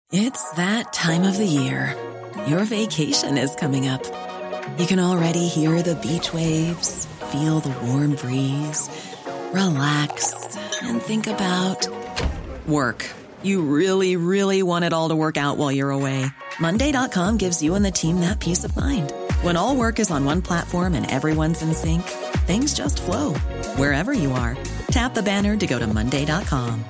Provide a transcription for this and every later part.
It's that time of the year. Your vacation is coming up. You can already hear the beach waves, feel the warm breeze, relax, and think about work. You really, really want it all to work out while you're away. Monday.com gives you and the team that peace of mind. When all work is on one platform and everyone's in sync, things just flow. Wherever you are, tap the banner to go to Monday.com.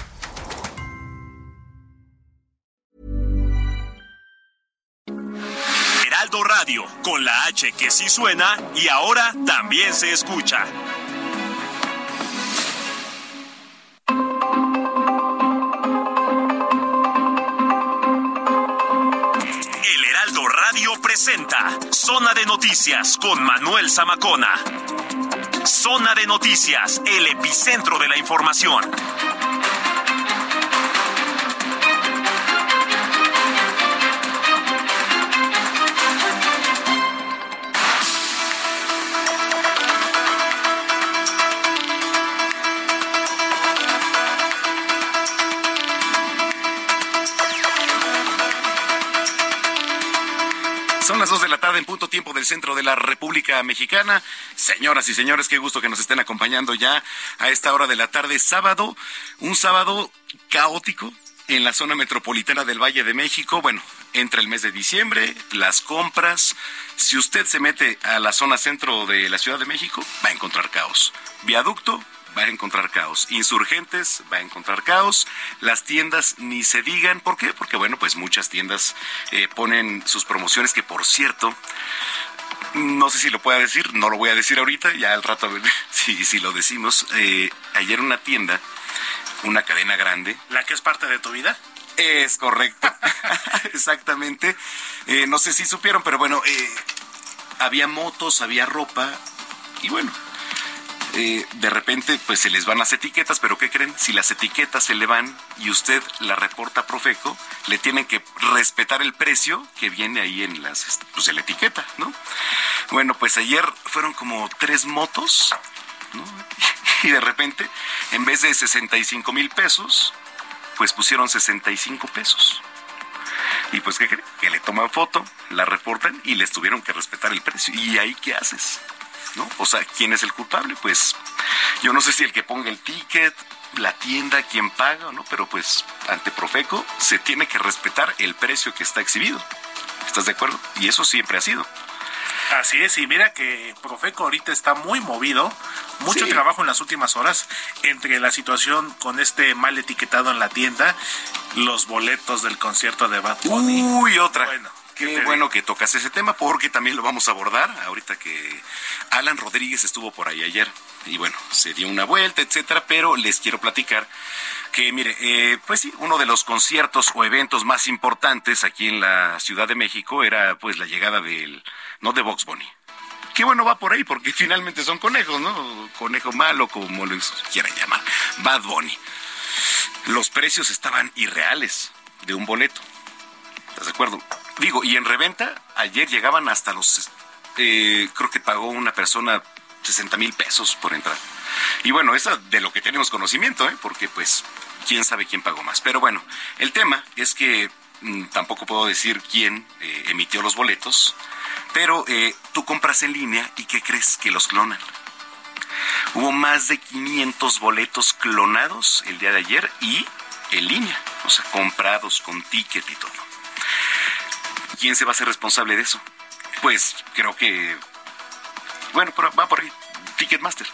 Heraldo Radio, con la H que sí suena y ahora también se escucha. El Heraldo Radio presenta Zona de Noticias con Manuel Zamacona. Zona de Noticias, el epicentro de la información. Son las 2 de la tarde en punto tiempo del centro de la República Mexicana. Señoras y señores, qué gusto que nos estén acompañando ya a esta hora de la tarde, sábado. Un sábado caótico en la zona metropolitana del Valle de México. Bueno, entra el mes de diciembre, las compras. Si usted se mete a la zona centro de la Ciudad de México, va a encontrar caos. Viaducto, va a encontrar caos. Insurgentes, va a encontrar caos. Las tiendas ni se digan. ¿Por qué? Porque, bueno, pues muchas tiendas ponen sus promociones, que por cierto, no sé si lo pueda decir, no lo voy a decir ahorita, ya al rato, si lo decimos. Ayer una tienda, una cadena grande. ¿La que es parte de tu vida? Es correcto, exactamente. No sé si supieron, pero bueno, había motos, había ropa, y bueno, de repente pues se les van las etiquetas, pero ¿qué creen? Si las etiquetas se le van y usted la reporta a Profeco, le tienen que respetar el precio que viene ahí en en la etiqueta, ¿no? Bueno, pues ayer fueron como 3 motos, ¿no? Y de repente, en vez de 65,000 pesos, pues pusieron 65 pesos. Y pues, ¿qué creen? Que le toman foto, la reportan y les tuvieron que respetar el precio. ¿Y ahí qué haces? ¿No? O sea, ¿quién es el culpable? Pues yo no sé si el que ponga el ticket, la tienda, quien paga, ¿no? Pero pues ante Profeco se tiene que respetar el precio que está exhibido. ¿Estás de acuerdo? Y eso siempre ha sido. Así es, y mira que Profeco ahorita está muy movido, mucho Sí. trabajo en las últimas horas, entre la situación con este mal etiquetado en la tienda, los boletos del concierto de Bad Bunny. Uy, otra. Bueno, Qué bueno que tocas ese tema, porque también lo vamos a abordar ahorita que Alan Rodríguez estuvo por ahí ayer. Y bueno, se dio una vuelta, etcétera, pero les quiero platicar que, mire, pues sí, uno de los conciertos o eventos más importantes aquí en la Ciudad de México era pues la llegada de Bugs Bunny. Qué bueno va por ahí, porque finalmente son conejos, ¿no? Conejo malo, como les quieran llamar. Bad Bunny. Los precios estaban irreales de un boleto. ¿Estás de acuerdo? Digo, y en reventa, ayer llegaban hasta los, creo que pagó una persona 60,000 pesos por entrar. Y bueno, eso de lo que tenemos conocimiento, porque pues, quién sabe quién pagó más. Pero bueno, el tema es que tampoco puedo decir quién emitió los boletos, pero tú compras en línea y ¿qué crees? Que los clonan. Hubo más de 500 boletos clonados el día de ayer y en línea, o sea, comprados con ticket y todo. ¿Quién se va a hacer responsable de eso? Pues creo que, bueno, va por ahí, Ticketmaster.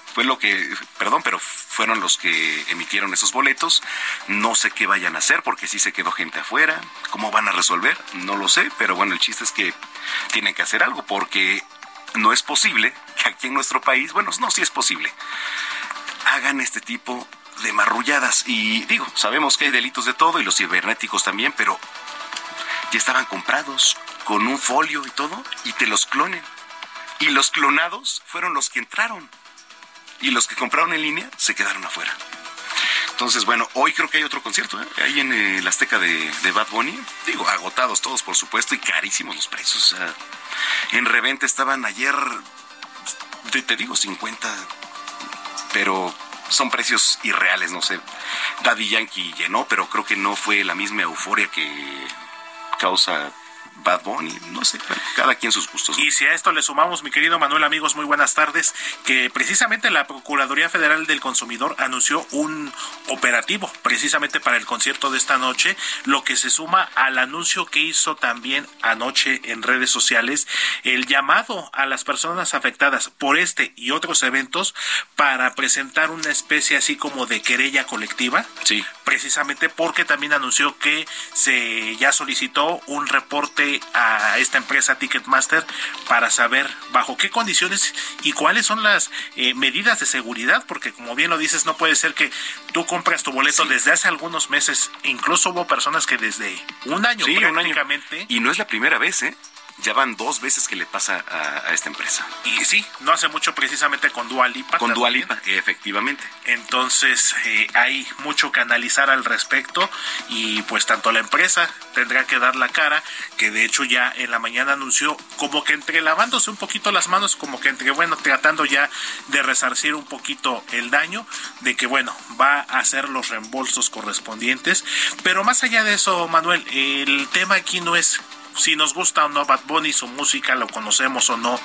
Pero fueron los que emitieron esos boletos. No sé qué vayan a hacer, porque sí se quedó gente afuera. ¿Cómo van a resolver? No lo sé, pero bueno, el chiste es que tienen que hacer algo, porque no es posible que aquí en nuestro país, bueno, no, sí es posible, hagan este tipo de marrulladas. Y digo, sabemos que hay delitos de todo y los cibernéticos también, pero ya estaban comprados con un folio y todo, y te los clonen. Y los clonados fueron los que entraron. Y los que compraron en línea se quedaron afuera. Entonces, bueno, hoy creo que hay otro concierto, ahí en el Azteca de Bad Bunny. Digo, agotados todos, por supuesto, y carísimos los precios. O sea, en reventa estaban ayer, te digo, 50, pero son precios irreales, no sé. Daddy Yankee llenó, pero creo que no fue la misma euforia que causa Bad Bunny, no sé, cada quien sus gustos, ¿no? Y si a esto le sumamos, mi querido Manuel, amigos, muy buenas tardes, que precisamente la Procuraduría Federal del Consumidor anunció un operativo precisamente para el concierto de esta noche, lo que se suma al anuncio que hizo también anoche en redes sociales, el llamado a las personas afectadas por este y otros eventos para presentar una especie así como de querella colectiva. Sí. Precisamente porque también anunció que se ya solicitó un reporte a esta empresa Ticketmaster para saber bajo qué condiciones y cuáles son las medidas de seguridad, porque como bien lo dices, no puede ser que tú compras tu boleto desde hace algunos meses, incluso hubo personas que desde un año prácticamente. Un año. Y no es la primera vez, ya van 2 veces que le pasa a esta empresa. Y sí, no hace mucho precisamente con Dua Lipa. Con Dua Lipa, efectivamente. Entonces hay mucho que analizar al respecto y pues tanto la empresa tendrá que dar la cara, que de hecho ya en la mañana anunció como que entre lavándose un poquito las manos, como que entre, bueno, tratando ya de resarcir un poquito el daño, de que bueno, va a hacer los reembolsos correspondientes. Pero más allá de eso, Manuel, el tema aquí no es si nos gusta o no Bad Bunny, su música, lo conocemos o no.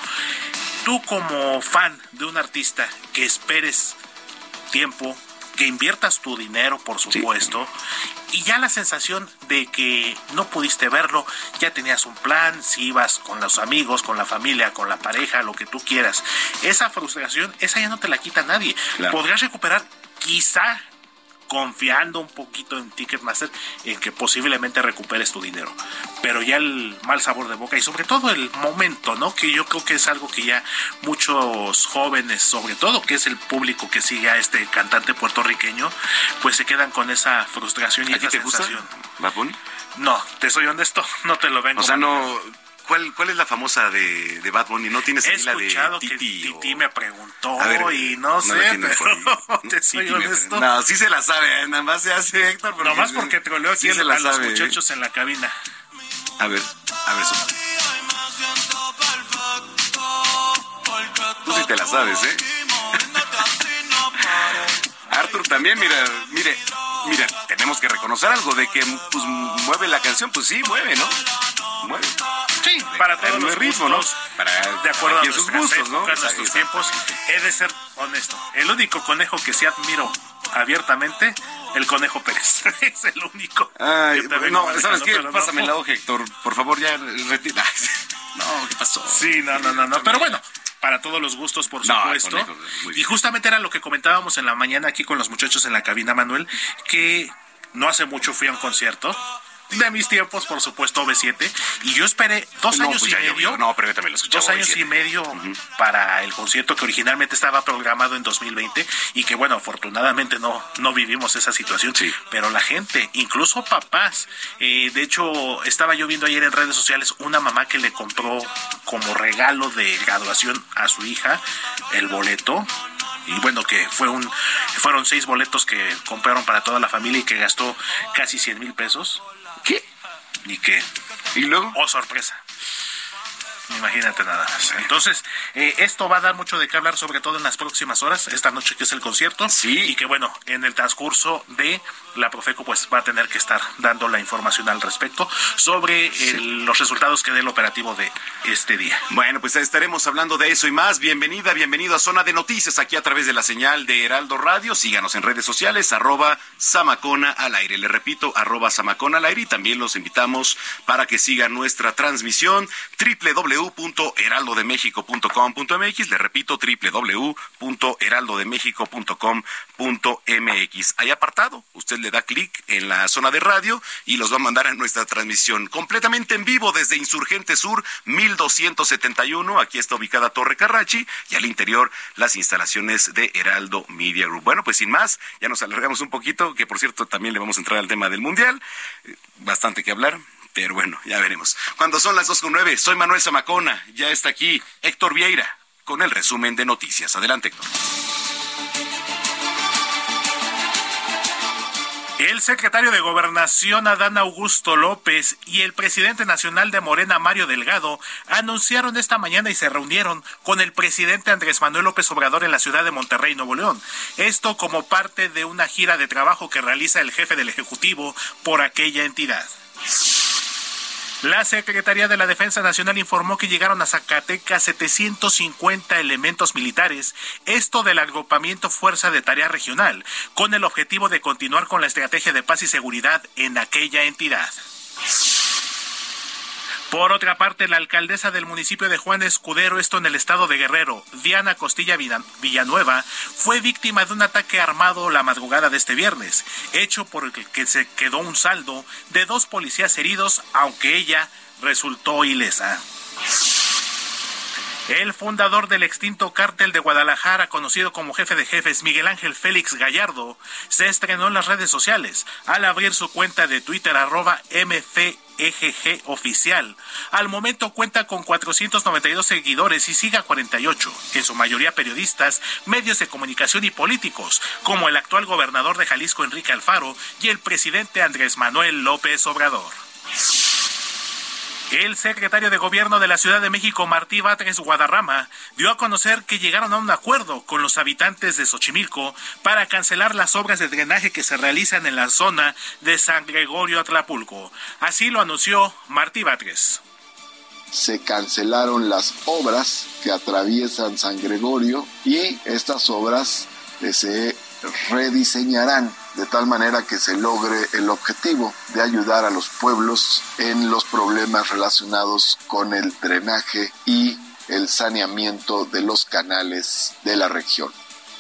Tú como fan de un artista que esperes tiempo, que inviertas tu dinero, por supuesto, y ya la sensación de que no pudiste verlo, ya tenías un plan, si ibas con los amigos, con la familia, con la pareja, lo que tú quieras. Esa frustración, esa ya no te la quita nadie. Claro. Podrías recuperar quizá confiando un poquito en Ticketmaster en que posiblemente recuperes tu dinero, pero ya el mal sabor de boca y sobre todo el momento, ¿no? Que yo creo que es algo que ya muchos jóvenes, sobre todo que es el público que sigue a este cantante puertorriqueño, pues se quedan con esa frustración y esa sensación. ¿Gusta Bad Bunny? No, te soy honesto, no te lo vengo. O sea, no. ¿Cuál es la famosa de Bad Bunny? ¿No tienes ahí la de Titi? He escuchado que Titi me preguntó y no sé, pero te soy honesto. No, sí se la sabe, nada más se hace Héctor. Nomás porque troleo aquí a los muchachos en la cabina. A ver eso. Tú sí te la sabes, Arthur también, mira, tenemos que reconocer algo de que pues mueve la canción, pues sí, mueve, ¿no? Mueve. Sí, para todos los ritmo, ¿no? De acuerdo a sus gustos, épocas, ¿no? Nuestros tiempos, he de ser honesto. El único conejo que sí admiro abiertamente, el Conejo Pérez. Es el único. Ay, no, ¿sabes qué? Pásame la hoja, Héctor. Por favor, ya retira. No, ¿qué pasó? Sí, no. Pero bueno, para todos los gustos, por supuesto. Y justamente era lo que comentábamos en la mañana aquí con los muchachos en la cabina, Manuel, que no hace mucho fui a un concierto de mis tiempos, por supuesto, OV7, y yo esperé 2 años y medio. No, pero yo también lo escuchaba. 2 años y medio para el concierto que originalmente estaba programado en 2020 y que, bueno, afortunadamente no vivimos esa situación. Sí. Pero la gente, incluso papás, de hecho, estaba yo viendo ayer en redes sociales una mamá que le compró como regalo de graduación a su hija el boleto. Y bueno, que fueron 6 boletos que compraron para toda la familia y que gastó casi 100,000 pesos. ¿Qué? ¿Y luego? Oh, sorpresa. Imagínate nada más. Entonces, esto va a dar mucho de qué hablar, sobre todo en las próximas horas, esta noche que es el concierto. Sí. Y que bueno, en el transcurso de la Profeco, pues va a tener que estar dando la información al respecto sobre los resultados que dé el operativo de este día. Bueno, pues estaremos hablando de eso y más. Bienvenido a Zona de Noticias, aquí a través de la señal de Heraldo Radio. Síganos en redes sociales, @Zamacona al aire. Le repito, @Zamacona al aire. Y también los invitamos para que sigan nuestra transmisión, www.heraldodemexico.com.mx. Le repito, www.heraldodemexico.com.mx. Hay apartado, usted le da clic en la zona de radio y los va a mandar a nuestra transmisión completamente en vivo desde Insurgente Sur 1271. Aquí está ubicada Torre Carrachi y al interior las instalaciones de Heraldo Media Group. Bueno, pues sin más, ya nos alargamos un poquito, que por cierto también le vamos a entrar al tema del Mundial. Bastante que hablar. Pero bueno, ya veremos. Cuando son las 2:09, soy Manuel Zamacona. Ya está aquí Héctor Vieira con el resumen de noticias. Adelante, Héctor. El secretario de Gobernación, Adán Augusto López, y el presidente nacional de Morena, Mario Delgado, anunciaron esta mañana y se reunieron con el presidente Andrés Manuel López Obrador en la ciudad de Monterrey, Nuevo León. Esto como parte de una gira de trabajo que realiza el jefe del Ejecutivo por aquella entidad. La Secretaría de la Defensa Nacional informó que llegaron a Zacatecas 750 elementos militares, esto del agrupamiento Fuerza de Tarea Regional, con el objetivo de continuar con la estrategia de paz y seguridad en aquella entidad. Por otra parte, la alcaldesa del municipio de Juan Escudero, esto en el estado de Guerrero, Diana Costilla Villanueva, fue víctima de un ataque armado la madrugada de este viernes, hecho por el que se quedó un saldo de 2 policías heridos, aunque ella resultó ilesa. El fundador del extinto Cártel de Guadalajara, conocido como Jefe de Jefes, Miguel Ángel Félix Gallardo, se estrenó en las redes sociales al abrir su cuenta de Twitter @MFEGG oficial. Al momento cuenta con 492 seguidores y sigue a 48, en su mayoría periodistas, medios de comunicación y políticos, como el actual gobernador de Jalisco, Enrique Alfaro, y el presidente Andrés Manuel López Obrador. El secretario de Gobierno de la Ciudad de México, Martí Batres Guadarrama, dio a conocer que llegaron a un acuerdo con los habitantes de Xochimilco para cancelar las obras de drenaje que se realizan en la zona de San Gregorio Atlapulco. Así lo anunció Martí Batres. Se cancelaron las obras que atraviesan San Gregorio y estas obras se rediseñarán de tal manera que se logre el objetivo de ayudar a los pueblos en los problemas relacionados con el drenaje y el saneamiento de los canales de la región.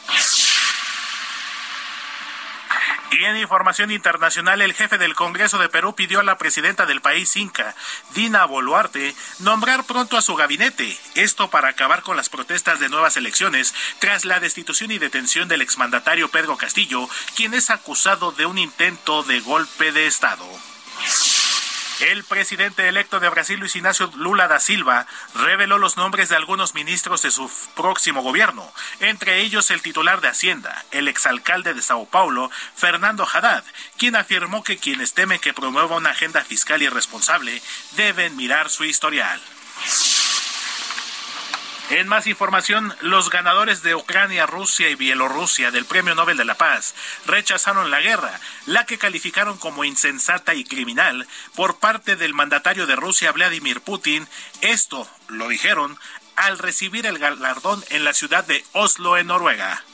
Y en información internacional, el jefe del Congreso de Perú pidió a la presidenta del país Inca, Dina Boluarte, nombrar pronto a su gabinete, esto para acabar con las protestas de nuevas elecciones tras la destitución y detención del exmandatario Pedro Castillo, quien es acusado de un intento de golpe de Estado. El presidente electo de Brasil, Luis Ignacio Lula da Silva, reveló los nombres de algunos ministros de su próximo gobierno, entre ellos el titular de Hacienda, el exalcalde de Sao Paulo, Fernando Haddad, quien afirmó que quienes temen que promueva una agenda fiscal irresponsable deben mirar su historial. En más información, los ganadores de Ucrania, Rusia y Bielorrusia del Premio Nobel de la Paz rechazaron la guerra, la que calificaron como insensata y criminal por parte del mandatario de Rusia, Vladimir Putin. Esto lo dijeron al recibir el galardón en la ciudad de Oslo, en Noruega.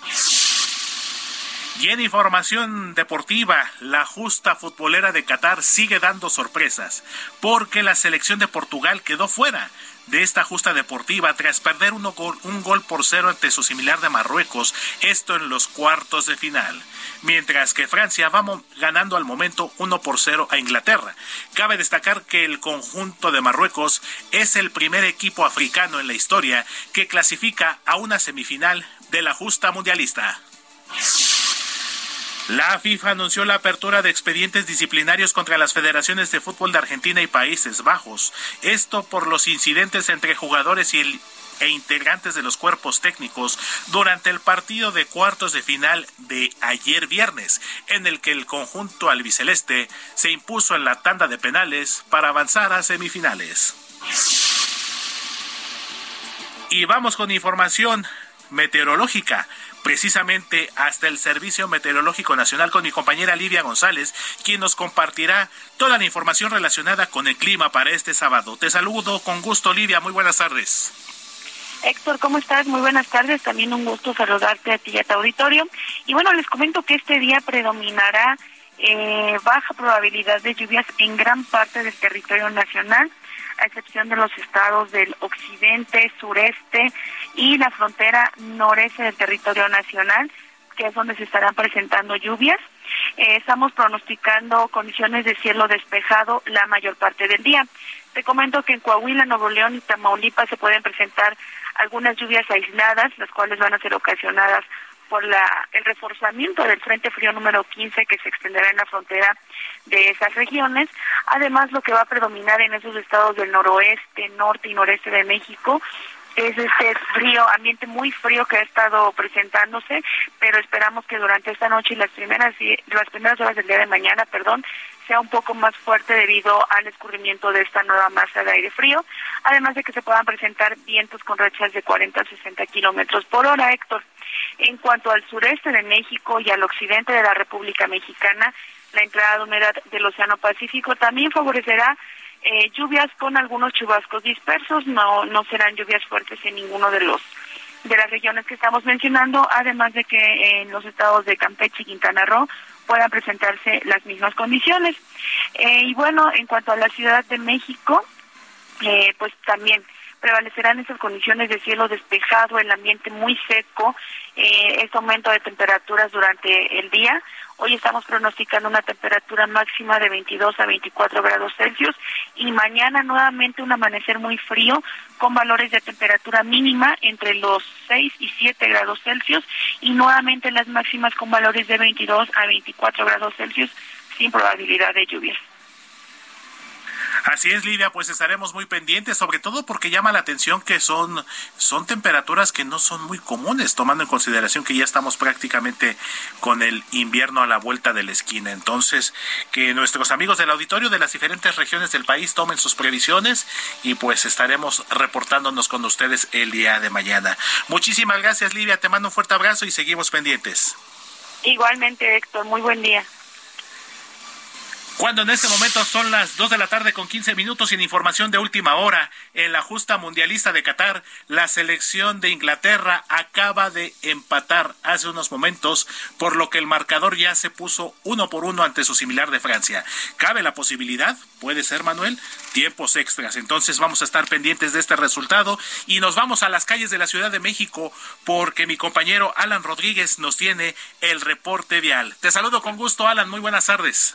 Y en información deportiva, la justa futbolera de Qatar sigue dando sorpresas, porque la selección de Portugal quedó fuera de esta justa deportiva tras perder un gol por 0 ante su similar de Marruecos, esto en los cuartos de final. Mientras que Francia va ganando al momento 1-0 a Inglaterra. Cabe destacar que el conjunto de Marruecos es el primer equipo africano en la historia que clasifica a una semifinal de la justa mundialista. La FIFA anunció la apertura de expedientes disciplinarios contra las federaciones de fútbol de Argentina y Países Bajos. Esto por los incidentes entre jugadores e integrantes de los cuerpos técnicos durante el partido de cuartos de final de ayer viernes, en el que el conjunto albiceleste se impuso en la tanda de penales para avanzar a semifinales. Y vamos con información meteorológica. Precisamente hasta el Servicio Meteorológico Nacional con mi compañera Livia González, quien nos compartirá toda la información relacionada con el clima para este sábado. Te saludo con gusto, Livia. Muy buenas tardes. Héctor, ¿cómo estás? Muy buenas tardes. También un gusto saludarte a ti y a tu auditorio. Y bueno, les comento que este día predominará baja probabilidad de lluvias en gran parte del territorio nacional, a excepción de los estados del occidente, sureste y la frontera noreste del territorio nacional, que es donde se estarán presentando lluvias. Estamos pronosticando condiciones de cielo despejado la mayor parte del día. Te comento que en Coahuila, Nuevo León y Tamaulipas se pueden presentar algunas lluvias aisladas, las cuales van a ser ocasionadas por el reforzamiento del Frente Frío número 15 que se extenderá en la frontera de esas regiones. Además, lo que va a predominar en esos estados del noroeste, norte y noreste de México es este frío, ambiente muy frío que ha estado presentándose, pero esperamos que durante esta noche y las primeras horas del día de mañana, sea un poco más fuerte debido al escurrimiento de esta nueva masa de aire frío, además de que se puedan presentar vientos con rachas de 40 a 60 kilómetros por hora, Héctor. En cuanto al sureste de México y al occidente de la República Mexicana, la entrada de humedad del Océano Pacífico también favorecerá lluvias con algunos chubascos dispersos, no serán lluvias fuertes en ninguno de las regiones que estamos mencionando, además de que en los estados de Campeche y Quintana Roo puedan presentarse las mismas condiciones. Y bueno, en cuanto a la Ciudad de México, pues también prevalecerán esas condiciones de cielo despejado, el ambiente muy seco, este aumento de temperaturas durante el día. Hoy estamos pronosticando una temperatura máxima de 22 a 24 grados Celsius y mañana nuevamente un amanecer muy frío con valores de temperatura mínima entre los 6 y 7 grados Celsius y nuevamente las máximas con valores de 22 a 24 grados Celsius sin probabilidad de lluvias. Así es, Lidia, pues estaremos muy pendientes, sobre todo porque llama la atención que son temperaturas que no son muy comunes, tomando en consideración que ya estamos prácticamente con el invierno a la vuelta de la esquina. Entonces, que nuestros amigos del auditorio de las diferentes regiones del país tomen sus previsiones y pues estaremos reportándonos con ustedes el día de mañana. Muchísimas gracias, Lidia, te mando un fuerte abrazo y seguimos pendientes. Igualmente, Héctor, muy buen día. Cuando en este momento son las 2:15 p.m. y en información de última hora, en la justa mundialista de Qatar, la selección de Inglaterra acaba de empatar hace unos momentos, por lo que el marcador ya se puso 1-1 ante su similar de Francia. ¿Cabe la posibilidad? Puede ser, Manuel, tiempos extras. Entonces vamos a estar pendientes de este resultado y nos vamos a las calles de la Ciudad de México porque mi compañero Alan Rodríguez nos tiene el reporte vial. Te saludo con gusto, Alan. Muy buenas tardes.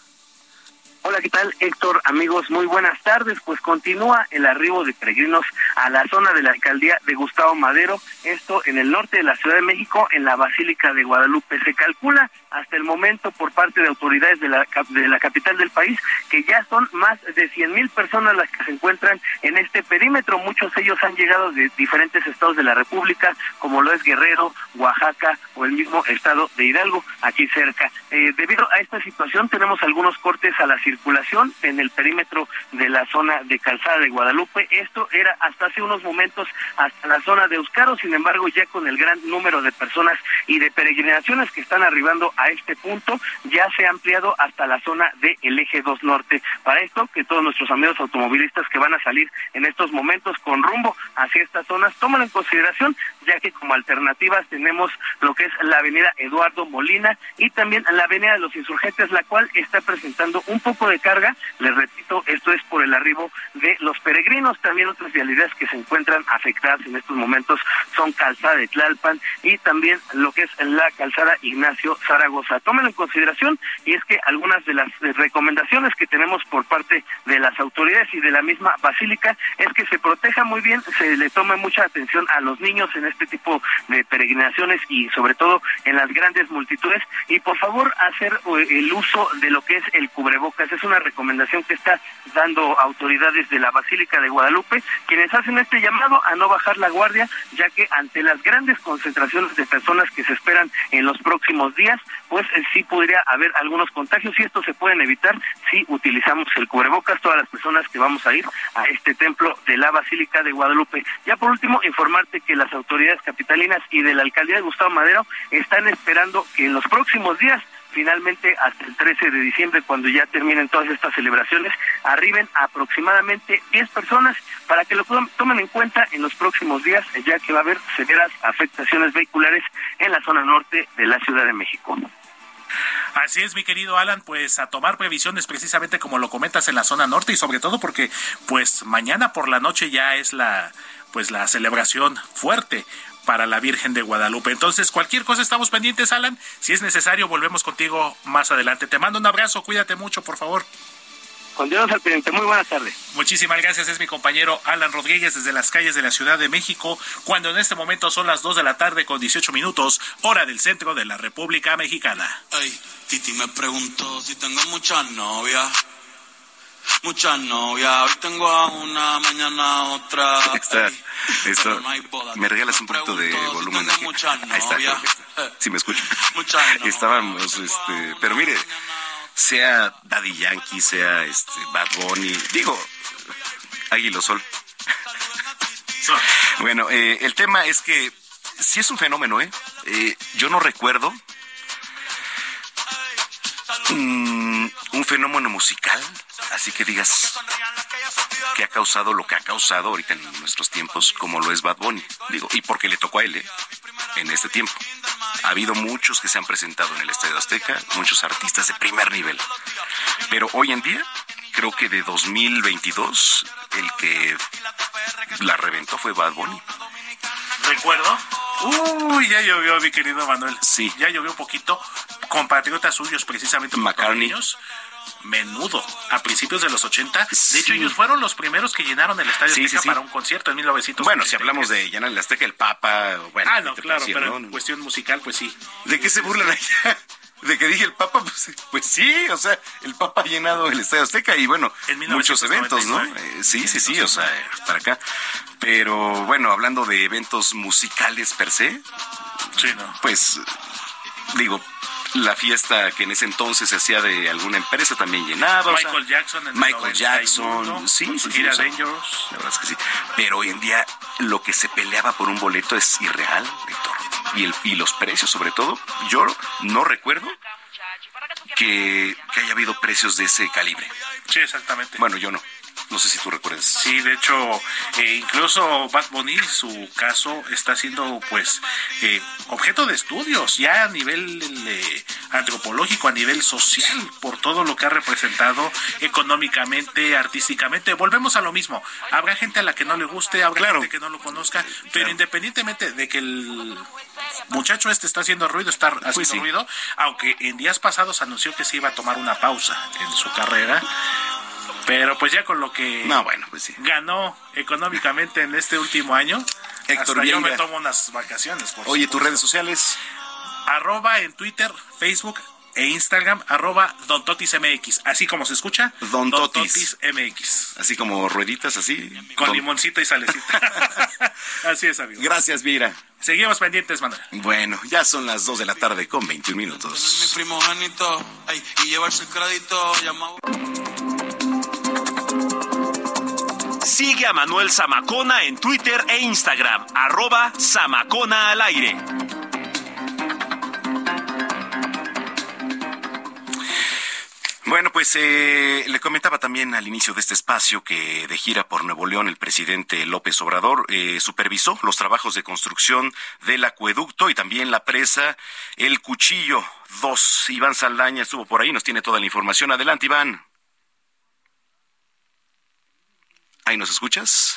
Hola, ¿qué tal, Héctor? Amigos, muy buenas tardes. Pues continúa el arribo de peregrinos a la zona de la alcaldía de Gustavo Madero, esto en el norte de la Ciudad de México, en la Basílica de Guadalupe. Se calcula hasta el momento por parte de autoridades de la capital del país que ya son más de 100,000 personas las que se encuentran en este perímetro. Muchos de ellos han llegado de diferentes estados de la República, como lo es Guerrero, Oaxaca o el mismo estado de Hidalgo, aquí cerca. Debido a esta situación tenemos algunos cortes a la circulación en el perímetro de la zona de Calzada de Guadalupe. Esto era hasta hace unos momentos hasta la zona de Euskaro, sin embargo ya con el gran número de personas y de peregrinaciones que están arribando a este punto, ya se ha ampliado hasta la zona del Eje 2 Norte. Para esto, que todos nuestros amigos automovilistas que van a salir en estos momentos con rumbo hacia estas zonas, tomen en consideración, ya que como alternativas tenemos lo que es la avenida Eduardo Molina y también la avenida de los Insurgentes, la cual está presentando un poco de carga. Les repito, esto es por el arribo de los peregrinos. También otras vialidades que se encuentran afectadas en estos momentos son Calzada de Tlalpan y también lo que es la Calzada Ignacio Zaragoza. Tómenlo en consideración, y es que algunas de las recomendaciones que tenemos por parte de las autoridades y de la misma basílica es que se proteja muy bien, se le tome mucha atención a los niños en este tipo de peregrinaciones y sobre todo en las grandes multitudes, y por favor hacer el uso de lo que es el cubrebocas. Es una recomendación que está dando autoridades de la Basílica de Guadalupe, quienes hacen este llamado a no bajar la guardia, ya que ante las grandes concentraciones de personas que se esperan en los próximos días, pues sí podría haber algunos contagios, y estos se pueden evitar si utilizamos el cubrebocas todas las personas que vamos a ir a este templo de la Basílica de Guadalupe. Ya por último, informarte que las autoridades capitalinas y de la alcaldía de Gustavo Madero están esperando que en los próximos días, finalmente hasta el 13 de diciembre, cuando ya terminen todas estas celebraciones, arriben aproximadamente 10 personas para que lo tomen en cuenta en los próximos días, ya que va a haber severas afectaciones vehiculares en la zona norte de la Ciudad de México. Así es, mi querido Alan, pues a tomar previsiones precisamente como lo comentas en la zona norte, y sobre todo porque pues mañana por la noche ya es la celebración fuerte para la Virgen de Guadalupe. Entonces, cualquier cosa estamos pendientes, Alan. Si es necesario, volvemos contigo más adelante. Te mando un abrazo, cuídate mucho, por favor. Continuamos al pendiente. Muy buenas tardes. Muchísimas gracias. Es mi compañero Alan Rodríguez desde las calles de la Ciudad de México, cuando en este momento son las 2:18 p.m, hora del centro de la República Mexicana. Ay, Titi me preguntó si tengo muchas novias. Muchas novias, hoy tengo a una, mañana a otra. Esto, ¿me regalas un poquito de volumen aquí? Ahí está, creo que está. Sí me escucho. Estábamos, pero mire, sea Daddy Yankee, sea Bad Bunny, digo, Águila Sol. Bueno, el tema es que sí es un fenómeno, yo no recuerdo un fenómeno musical, así que digas que ha causado lo que ha causado ahorita en nuestros tiempos, como lo es Bad Bunny. Digo, y porque le tocó a él, en este tiempo. Ha habido muchos que se han presentado en el Estadio Azteca, muchos artistas de primer nivel. Pero hoy en día, creo que de 2022, el que la reventó fue Bad Bunny. ¿Recuerdo? Uy, ya llovió, mi querido Manuel. Sí. Ya llovió un poquito. Compatriotas suyos, precisamente McCartney. Menudo, a principios de los 80. De hecho, ellos fueron los primeros que llenaron el Estadio Azteca para un concierto en 1900. Bueno, si hablamos de llenar el Azteca, el Papa, bueno. No, claro, pero en cuestión musical, pues sí. ¿De qué se burlan allá? De que dije el Papa, pues sí, o sea, el Papa ha llenado el Estadio Azteca y bueno, muchos eventos, ¿no? Sí, o sea, para acá. Pero bueno, hablando de eventos musicales per se, sí, ¿no? Pues digo, la fiesta que en ese entonces se hacía de alguna empresa también llenaba. Michael Jackson en Michael Jackson, sí, gira Dangerous. La verdad es que sí. Pero hoy en día lo que se peleaba por un boleto es irreal, Héctor. Y los precios, sobre todo, yo no recuerdo que haya habido precios de ese calibre. Sí, exactamente. Bueno, yo no. No sé si tú recuerdas. Sí, de hecho, incluso Bad Bunny, su caso está siendo, pues, objeto de estudios ya a nivel antropológico, a nivel social, por todo lo que ha representado económicamente, artísticamente. Volvemos a lo mismo. Habrá gente a la que no le guste, habrá gente que no lo conozca, pero independientemente de que el muchacho está haciendo ruido, ruido, aunque en días pasados anunció que se iba a tomar una pausa en su carrera. Pero pues ya con lo que ganó económicamente en este último año, Héctor, hasta yo me tomo unas vacaciones. Oye, ¿tus redes sociales? @ en Twitter, Facebook e Instagram, @DonTotisMX. Así como se escucha, Don Totis MX. Así como rueditas, así. Con limoncito y salecita. Así es, amigo. Gracias, Vira. Seguimos pendientes, Manuel. Bueno, ya son las 2 de la tarde con 21 minutos. Mi primogénito, y llevarse el crédito, llamado. Sigue a Manuel Zamacona en Twitter e Instagram, @Zamacona al aire. Bueno, pues le comentaba también al inicio de este espacio que de gira por Nuevo León el presidente López Obrador supervisó los trabajos de construcción del acueducto y también la presa El Cuchillo 2. Iván Saldaña estuvo por ahí, nos tiene toda la información. Adelante, Iván. ¿Ahí nos escuchas?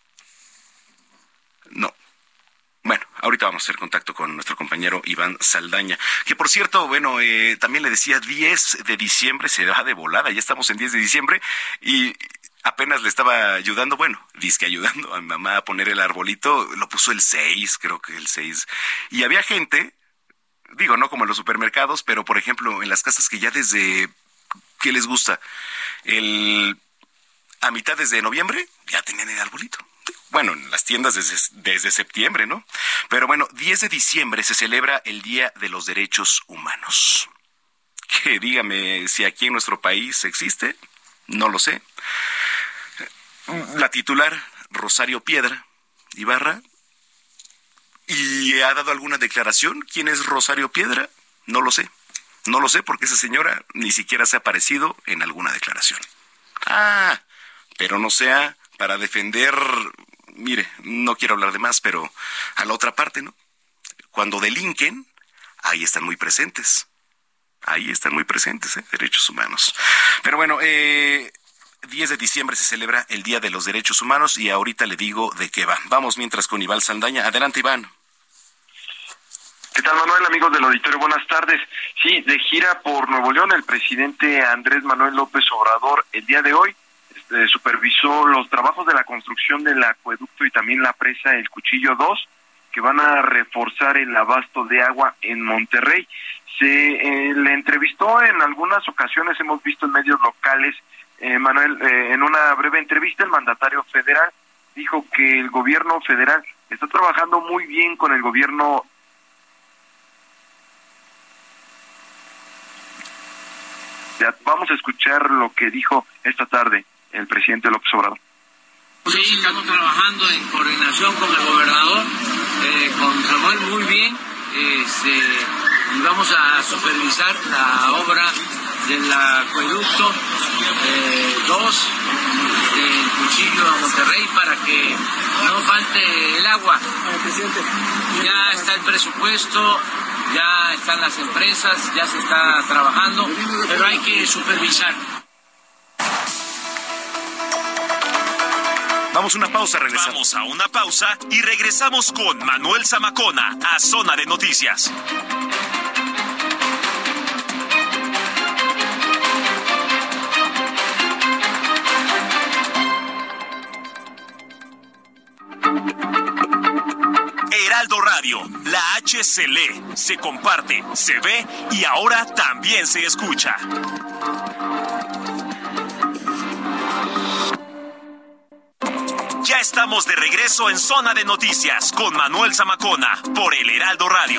No. Bueno, ahorita vamos a hacer contacto con nuestro compañero Iván Saldaña, que por cierto, bueno, también le decía 10 de diciembre, se va de volada, ya estamos en 10 de diciembre y apenas le estaba ayudando, dizque ayudando a mi mamá a poner el arbolito, lo puso el 6, creo que el 6, y había gente, digo, no como en los supermercados, pero por ejemplo en las casas que ya desde, ¿qué les gusta? A mitades de noviembre ya tenían el arbolito. Bueno, en las tiendas desde septiembre, ¿no? Pero bueno, 10 de diciembre se celebra el Día de los Derechos Humanos. Que dígame si aquí en nuestro país existe, no lo sé. La titular, Rosario Piedra Ibarra, ¿y ha dado alguna declaración? ¿Quién es Rosario Piedra? No lo sé. No lo sé porque esa señora ni siquiera se ha aparecido en alguna declaración. Pero no sea para defender, mire, no quiero hablar de más, pero a la otra parte, ¿no? Cuando delinquen, ahí están muy presentes. Derechos humanos. Pero bueno, 10 de diciembre se celebra el Día de los Derechos Humanos y ahorita le digo de qué va. Vamos mientras con Iván Saldaña. Adelante, Iván. ¿Qué tal, Manuel? Amigos del auditorio, buenas tardes. Sí, de gira por Nuevo León, el presidente Andrés Manuel López Obrador el día de hoy supervisó los trabajos de la construcción del acueducto y también la presa El Cuchillo 2, que van a reforzar el abasto de agua en Monterrey. Se le entrevistó en algunas ocasiones, hemos visto en medios locales, Manuel, en una breve entrevista el mandatario federal dijo que el gobierno federal está trabajando muy bien con el gobierno. Vamos a escuchar lo que dijo esta tarde el presidente López Obrador. Sí, estamos trabajando en coordinación con el gobernador, con Samuel muy bien, y vamos a supervisar la obra del acueducto 2 del Cuchillo a Monterrey para que no falte el agua. Ya está el presupuesto, ya están las empresas, ya se está trabajando, pero hay que supervisar. Vamos a una pausa, regresamos. Vamos a una pausa y regresamos con Manuel Zamacona a Zona de Noticias. Heraldo Radio, la H se lee, se comparte, se ve y ahora también se escucha. Ya estamos de regreso en Zona de Noticias con Manuel Zamacona por el Heraldo Radio.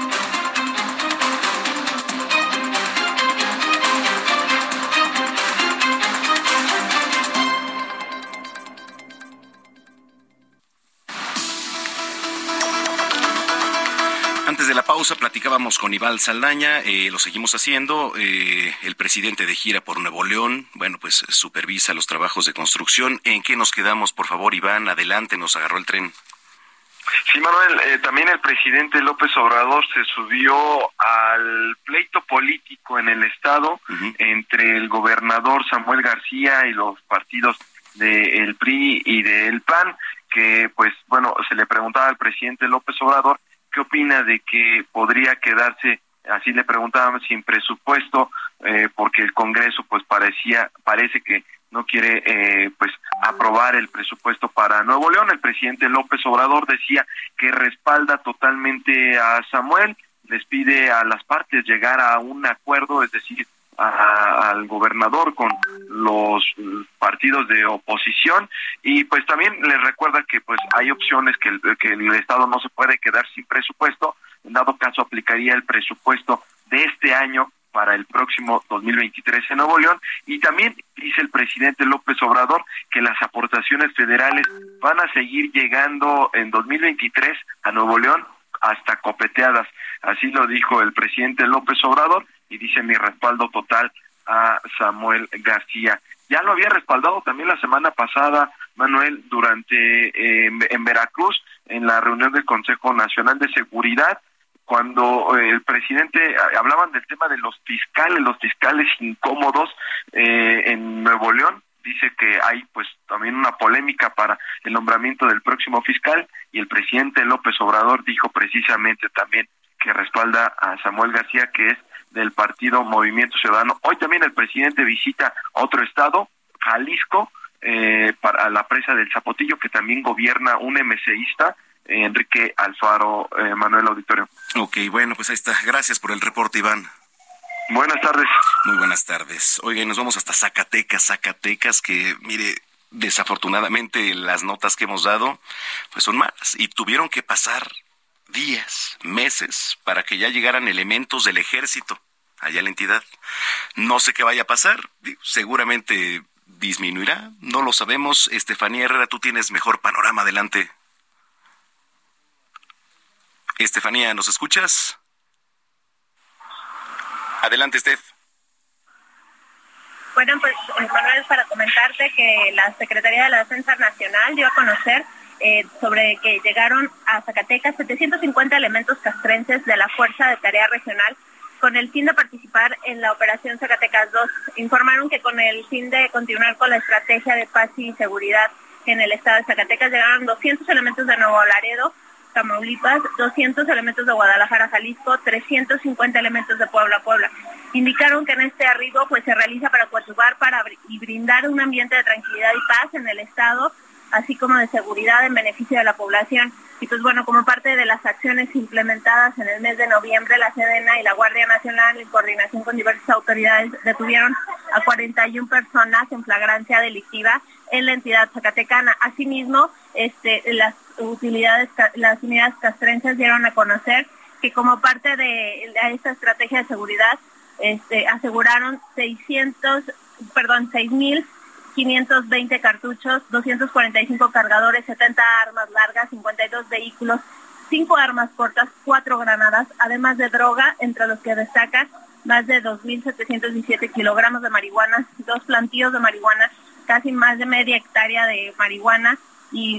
Antes de la pausa platicábamos con Iván Saldaña, lo seguimos haciendo, el presidente de gira por Nuevo León, bueno, pues supervisa los trabajos de construcción. ¿En qué nos quedamos, por favor, Iván? Adelante, nos agarró el tren. Sí, Manuel, también el presidente López Obrador se subió al pleito político en el estado entre el gobernador Samuel García y los partidos del PRI y del PAN, que pues bueno, se le preguntaba al presidente López Obrador qué opina de que podría quedarse, así le preguntaban, sin presupuesto, porque el Congreso pues parece que no quiere pues aprobar el presupuesto para Nuevo León. El presidente López Obrador decía que respalda totalmente a Samuel, les pide a las partes llegar a un acuerdo, es decir, al gobernador con los partidos de oposición, y pues también les recuerda que pues hay opciones que el Estado no se puede quedar sin presupuesto. En dado caso aplicaría el presupuesto de este año para el próximo 2023 en Nuevo León. Y también dice el presidente López Obrador que las aportaciones federales van a seguir llegando en 2023 a Nuevo León hasta copeteadas. Así lo dijo el presidente López Obrador, y dice: mi respaldo total a Samuel García. Ya lo había respaldado también la semana pasada, Manuel, en Veracruz, en la reunión del Consejo Nacional de Seguridad, cuando el presidente hablaban del tema de los fiscales incómodos en Nuevo León. Dice que hay pues también una polémica para el nombramiento del próximo fiscal, y el presidente López Obrador dijo precisamente también que respalda a Samuel García, que es del partido Movimiento Ciudadano. Hoy también el presidente visita otro estado, Jalisco, para la presa del Zapotillo, que también gobierna un MCista, Enrique Alfaro. Manuel Auditorio. Ok, bueno, pues ahí está. Gracias por el reporte, Iván. Buenas tardes. Muy buenas tardes. Oiga, y nos vamos hasta Zacatecas, que mire, desafortunadamente las notas que hemos dado pues son malas, y tuvieron que pasar días, meses, para que ya llegaran elementos del ejército allá en la entidad. No sé qué vaya a pasar, seguramente disminuirá, no lo sabemos. Estefanía Herrera, tú tienes mejor panorama. Adelante. Estefanía, ¿nos escuchas? Adelante, Steph. Bueno, pues, Manuel, para comentarte que la Secretaría de la Defensa Nacional dio a conocer sobre que llegaron a Zacatecas 750 elementos castrenses de la Fuerza de Tarea Regional con el fin de participar en la Operación Zacatecas 2. Informaron que con el fin de continuar con la estrategia de paz y seguridad en el estado de Zacatecas llegaron 200 elementos de Nuevo Laredo, Tamaulipas, 200 elementos de Guadalajara, Jalisco, 350 elementos de Puebla. Indicaron que en este arribo pues se realiza para coadyuvar y brindar un ambiente de tranquilidad y paz en el estado, así como de seguridad en beneficio de la población. Y pues bueno, como parte de las acciones implementadas en el mes de noviembre, la Sedena y la Guardia Nacional, en coordinación con diversas autoridades, detuvieron a 41 personas en flagrancia delictiva en la entidad zacatecana. Asimismo, las unidades castrenses dieron a conocer que como parte de esta estrategia de seguridad, aseguraron 6.520 cartuchos, 245 cargadores, 70 armas largas, 52 vehículos, 5 armas cortas, 4 granadas, además de droga, entre los que destacan más de 2.717 kilogramos de marihuana, 2 plantíos de marihuana, casi más de media hectárea de marihuana y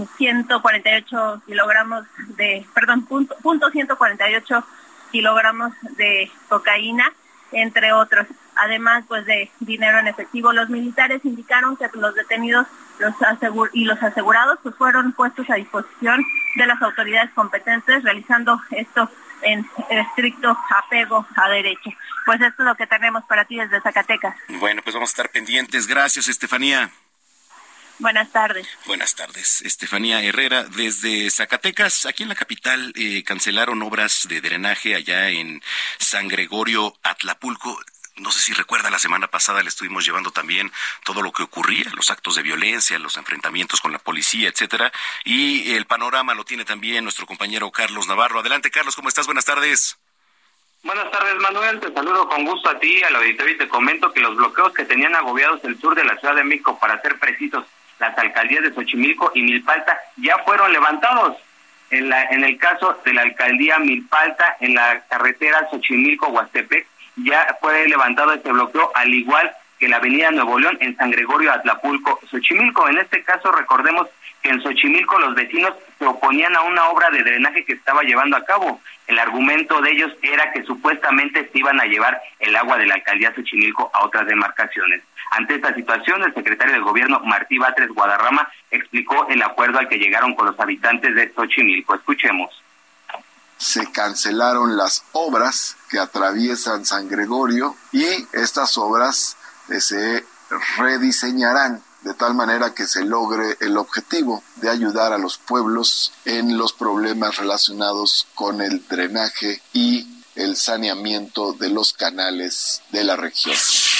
148 kilogramos punto 148 kilogramos de cocaína, entre otros. Además, pues de dinero en efectivo. Los militares indicaron que los detenidos y los asegurados pues fueron puestos a disposición de las autoridades competentes, realizando esto en estricto apego a derecho. Pues esto es lo que tenemos para ti desde Zacatecas. Bueno, pues vamos a estar pendientes. Gracias, Estefanía. Buenas tardes. Buenas tardes. Estefanía Herrera, desde Zacatecas. Aquí en la capital cancelaron obras de drenaje allá en San Gregorio, Atlapulco. No sé si recuerda, la semana pasada le estuvimos llevando también todo lo que ocurría, los actos de violencia, los enfrentamientos con la policía, etcétera. Y el panorama lo tiene también nuestro compañero Carlos Navarro. Adelante, Carlos, ¿cómo estás? Buenas tardes. Buenas tardes, Manuel. Te saludo con gusto a ti, al auditorio, y te comento que los bloqueos que tenían agobiados el sur de la Ciudad de México, para ser precisos, las alcaldías de Xochimilco y Milpalta, ya fueron levantados. En el caso de la alcaldía Milpalta, en la carretera Xochimilco-Huastepec, ya fue levantado este bloqueo, al igual que la avenida Nuevo León en San Gregorio, Atlapulco, Xochimilco. En este caso, recordemos que en Xochimilco los vecinos se oponían a una obra de drenaje que estaba llevando a cabo. El argumento de ellos era que supuestamente se iban a llevar el agua de la alcaldía Xochimilco a otras demarcaciones. Ante esta situación, el secretario de Gobierno, Martí Batres Guadarrama, explicó el acuerdo al que llegaron con los habitantes de Xochimilco. Escuchemos. Se cancelaron las obras que atraviesan San Gregorio y estas obras se rediseñarán de tal manera que se logre el objetivo de ayudar a los pueblos en los problemas relacionados con el drenaje y el saneamiento de los canales de la región.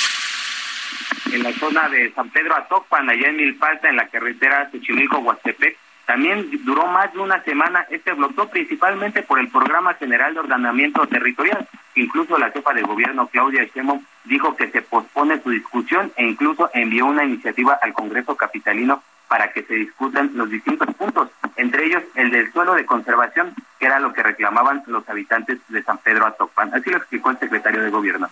En la zona de San Pedro Atocpan, allá en Milpalta, en la carretera Xochimilco-Huastepec, también duró más de una semana este bloqueo, principalmente por el Programa General de Ordenamiento Territorial. Incluso la jefa de gobierno, Claudia Sheinbaum, dijo que se pospone su discusión e incluso envió una iniciativa al Congreso capitalino para que se discutan los distintos puntos, entre ellos el del suelo de conservación, que era lo que reclamaban los habitantes de San Pedro Atocpan. Así lo explicó el secretario de Gobierno.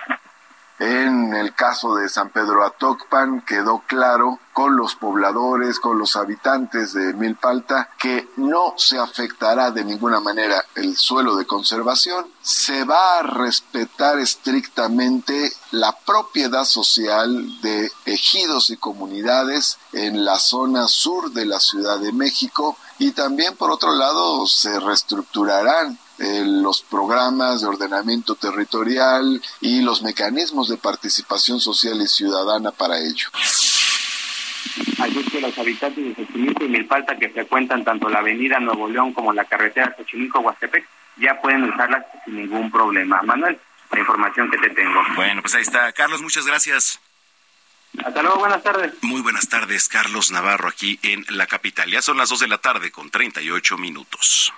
En el caso de San Pedro Atocpan quedó claro con los pobladores, con los habitantes de Milpalta, que no se afectará de ninguna manera el suelo de conservación. Se va a respetar estrictamente la propiedad social de ejidos y comunidades en la zona sur de la Ciudad de México, y también, por otro lado, se reestructurarán los programas de ordenamiento territorial y los mecanismos de participación social y ciudadana para ello. Así es que los habitantes de Xochimilco y Milpalta que frecuentan tanto la avenida Nuevo León como la carretera Xochimilco-Huastepec ya pueden usarlas sin ningún problema. Manuel, la información que te tengo. Bueno, pues ahí está. Carlos, muchas gracias. Hasta luego, buenas tardes. Muy buenas tardes, Carlos Navarro, aquí en la capital. Ya son las 2 de la tarde con 38 minutos.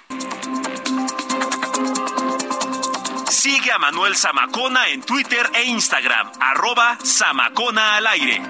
Sigue a Manuel Zamacona en Twitter e Instagram, @Zamacona al aire.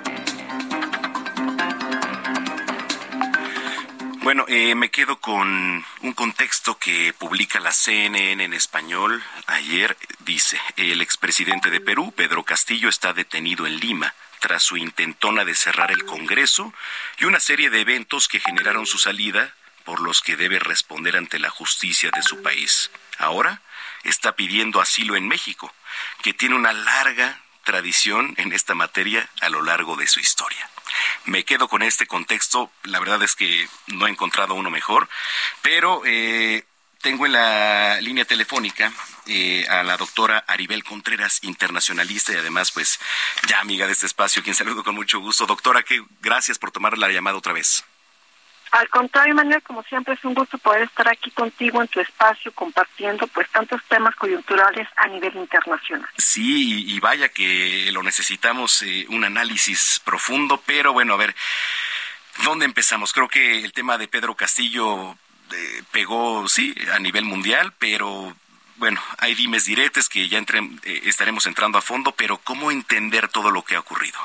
Bueno, me quedo con un contexto que publica la CNN en español. Ayer dice, el expresidente de Perú, Pedro Castillo, está detenido en Lima tras su intentona de cerrar el Congreso y una serie de eventos que generaron su salida, por los que debe responder ante la justicia de su país. Ahora está pidiendo asilo en México, que tiene una larga tradición en esta materia a lo largo de su historia. Me quedo con este contexto, la verdad es que no he encontrado uno mejor, pero tengo en la línea telefónica a la doctora Aribel Contreras, internacionalista y además pues ya amiga de este espacio, quien saludo con mucho gusto. Doctora, gracias por tomar la llamada otra vez. Al contrario, Manuel, como siempre es un gusto poder estar aquí contigo en tu espacio compartiendo pues tantos temas coyunturales a nivel internacional. Sí, y vaya que lo necesitamos, un análisis profundo, pero bueno, a ver, ¿dónde empezamos? Creo que el tema de Pedro Castillo pegó, sí, a nivel mundial, pero bueno, hay dimes diretes que ya estaremos entrando a fondo, pero ¿cómo entender todo lo que ha ocurrido?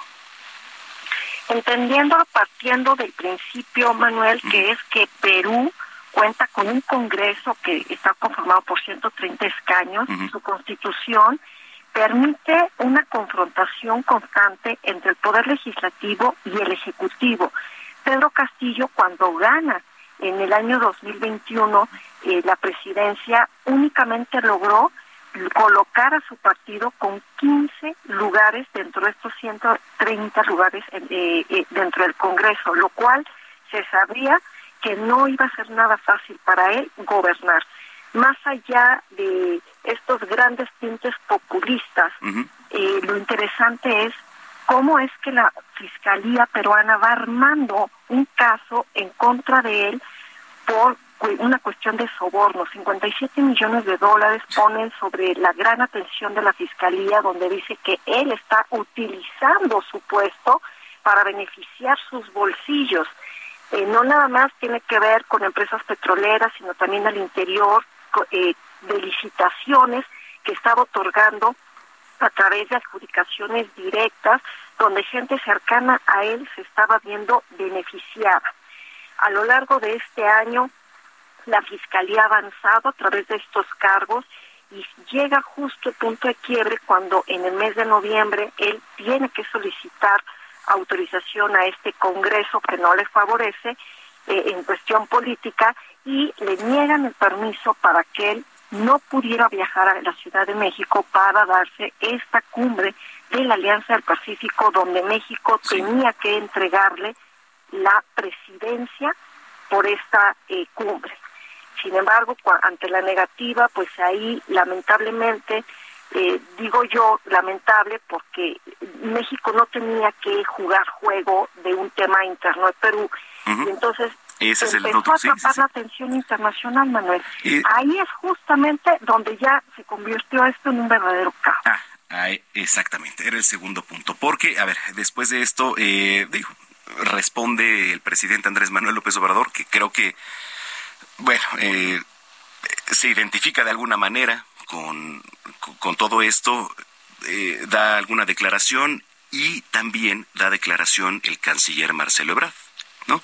Entendiéndolo partiendo del principio, Manuel, que es que Perú cuenta con un Congreso que está conformado por 130 escaños. Su Constitución permite una confrontación constante entre el Poder Legislativo y el Ejecutivo. Pedro Castillo, cuando gana en el año 2021 la presidencia, únicamente logró colocar a su partido con 15 lugares dentro de estos 130 lugares dentro del Congreso, lo cual se sabía que no iba a ser nada fácil para él gobernar. Más allá de estos grandes tintes populistas, lo interesante es cómo es que la Fiscalía peruana va armando un caso en contra de él por una cuestión de soborno. 57 millones de dólares ponen sobre la gran atención de la Fiscalía, donde dice que él está utilizando su puesto para beneficiar sus bolsillos. No nada más tiene que ver con empresas petroleras, sino también al interior, de licitaciones que estaba otorgando a través de adjudicaciones directas, donde gente cercana a él se estaba viendo beneficiada. A lo largo de este año, la Fiscalía ha avanzado a través de estos cargos y llega justo el punto de quiebre cuando en el mes de noviembre él tiene que solicitar autorización a este Congreso que no le favorece en cuestión política, y le niegan el permiso para que él no pudiera viajar a la Ciudad de México para darse esta cumbre de la Alianza del Pacífico, donde México tenía que entregarle la presidencia por esta cumbre. Sin embargo, ante la negativa, pues ahí lamentablemente, digo yo lamentable porque México no tenía que jugar juego de un tema interno de Perú, y entonces ese es empezó a atrapar la atención internacional, Manuel. Ahí es justamente donde ya se convirtió esto en un verdadero caos. Exactamente, era el segundo punto, porque, a ver, después de esto, responde el presidente Andrés Manuel López Obrador, que creo que, bueno, se identifica de alguna manera con todo esto, da alguna declaración, y también da declaración el canciller Marcelo Ebrard, ¿no?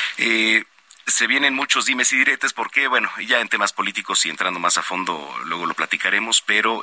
Se vienen muchos dimes y diretes porque, bueno, ya en temas políticos y entrando más a fondo, luego lo platicaremos, pero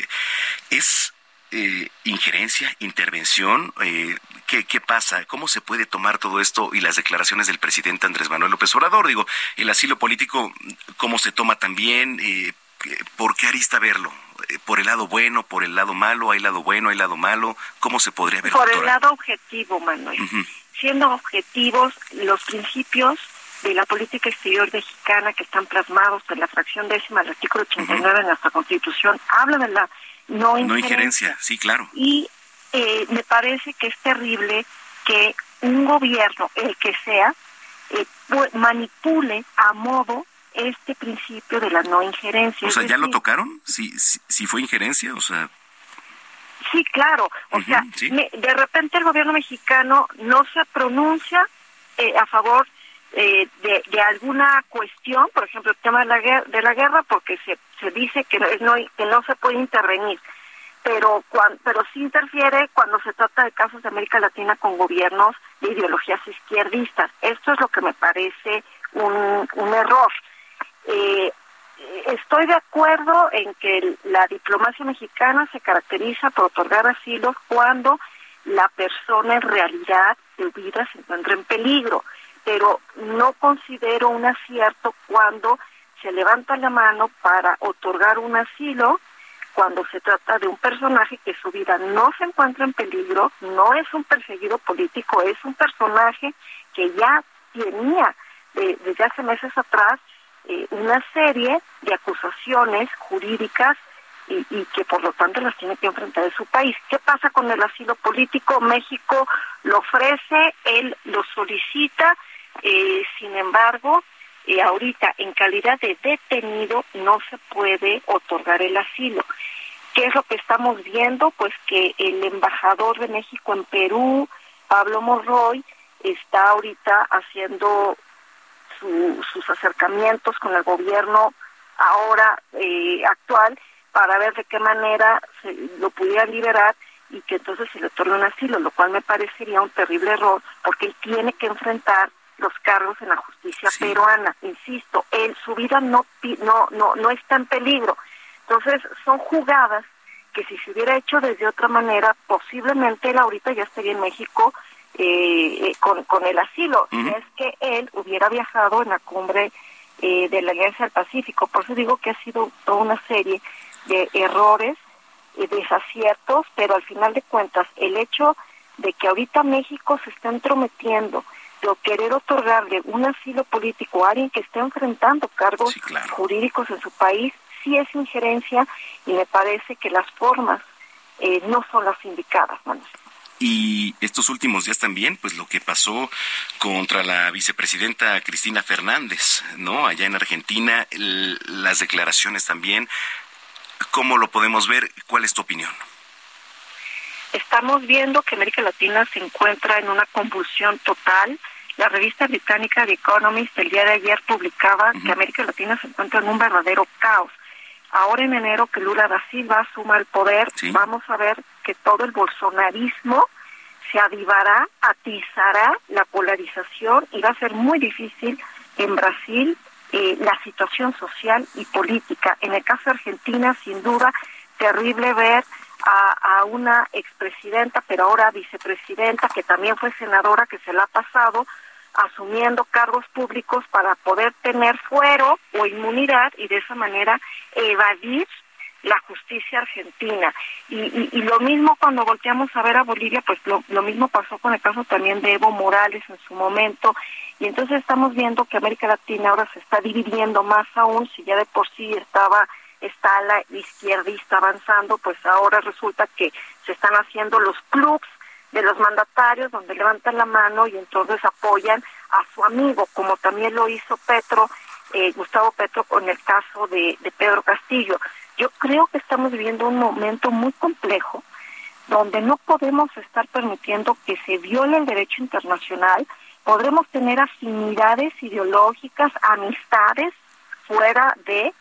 es injerencia, intervención, ¿qué pasa? ¿Cómo se puede tomar todo esto y las declaraciones del presidente Andrés Manuel López Obrador? Digo, el asilo político, ¿cómo se toma también? ¿Por qué arista verlo? ¿Por el lado bueno, por el lado malo? ¿Hay lado bueno, hay lado malo? ¿Cómo se podría ver? Por el lado objetivo, Manuel. Siendo objetivos, los principios de la política exterior mexicana que están plasmados en la fracción 10ª del artículo 89 de nuestra Constitución, habla de la no injerencia. Sí, claro. Y me parece que es terrible que un gobierno, el que sea, manipule a modo este principio de la no injerencia. O sea, ¿ya lo tocaron? ¿Sí fue injerencia? O sea... Sí, claro. De repente el gobierno mexicano no se pronuncia a favor de alguna cuestión, por ejemplo, el tema de la guerra, porque se dice que no se puede intervenir, pero sí interfiere cuando se trata de casos de América Latina con gobiernos de ideologías izquierdistas. Esto es lo que me parece un error. Estoy de acuerdo en que la diplomacia mexicana se caracteriza por otorgar asilo cuando la persona en realidad su vida se encuentra en peligro, pero no considero un acierto cuando se levanta la mano para otorgar un asilo cuando se trata de un personaje que su vida no se encuentra en peligro, no es un perseguido político, es un personaje que ya tenía desde hace meses atrás una serie de acusaciones jurídicas y que por lo tanto las tiene que enfrentar en su país. ¿Qué pasa con el asilo político? México lo ofrece, él lo solicita, Sin embargo, ahorita en calidad de detenido no se puede otorgar el asilo. ¿Qué es lo que estamos viendo? Pues que el embajador de México en Perú, Pablo Monroy, está ahorita haciendo sus acercamientos con el gobierno ahora actual para ver de qué manera lo pudiera liberar y que entonces se le otorgue un asilo, lo cual me parecería un terrible error, porque él tiene que enfrentar los cargos en la justicia peruana. Insisto, su vida no está en peligro. Entonces, son jugadas que si se hubiera hecho desde otra manera, posiblemente él ahorita ya estaría en México con el asilo. Uh-huh. Es que él hubiera viajado en la cumbre de la Alianza del Pacífico. Por eso digo que ha sido toda una serie de errores, desaciertos, pero al final de cuentas, el hecho de que ahorita México se está entrometiendo de querer otorgarle un asilo político a alguien que está enfrentando cargos jurídicos en su país, sí es injerencia, y me parece que las formas no son las indicadas, Manuel. Y estos últimos días también, pues lo que pasó contra la vicepresidenta Cristina Fernández, ¿no? Allá en Argentina, las declaraciones también. ¿Cómo lo podemos ver? ¿Cuál es tu opinión? Estamos viendo que América Latina se encuentra en una convulsión total. La revista británica The Economist el día de ayer publicaba que América Latina se encuentra en un verdadero caos. Ahora en enero que Lula da Silva asuma el poder, vamos a ver que todo el bolsonarismo se avivará, atizará la polarización y va a ser muy difícil en Brasil la situación social y política. En el caso de Argentina, sin duda, terrible ver a una expresidenta, pero ahora vicepresidenta, que también fue senadora, que se la ha pasado asumiendo cargos públicos para poder tener fuero o inmunidad y de esa manera evadir la justicia argentina. Y lo mismo cuando volteamos a ver a Bolivia, pues lo mismo pasó con el caso también de Evo Morales en su momento, y entonces estamos viendo que América Latina ahora se está dividiendo más aún. Si ya de por sí está la izquierdista avanzando, pues ahora resulta que se están haciendo los clubs de los mandatarios, donde levantan la mano y entonces apoyan a su amigo, como también lo hizo Gustavo Petro con el caso de Pedro Castillo. Yo creo que estamos viviendo un momento muy complejo, donde no podemos estar permitiendo que se viole el derecho internacional. Podremos tener afinidades ideológicas, amistades fuera de,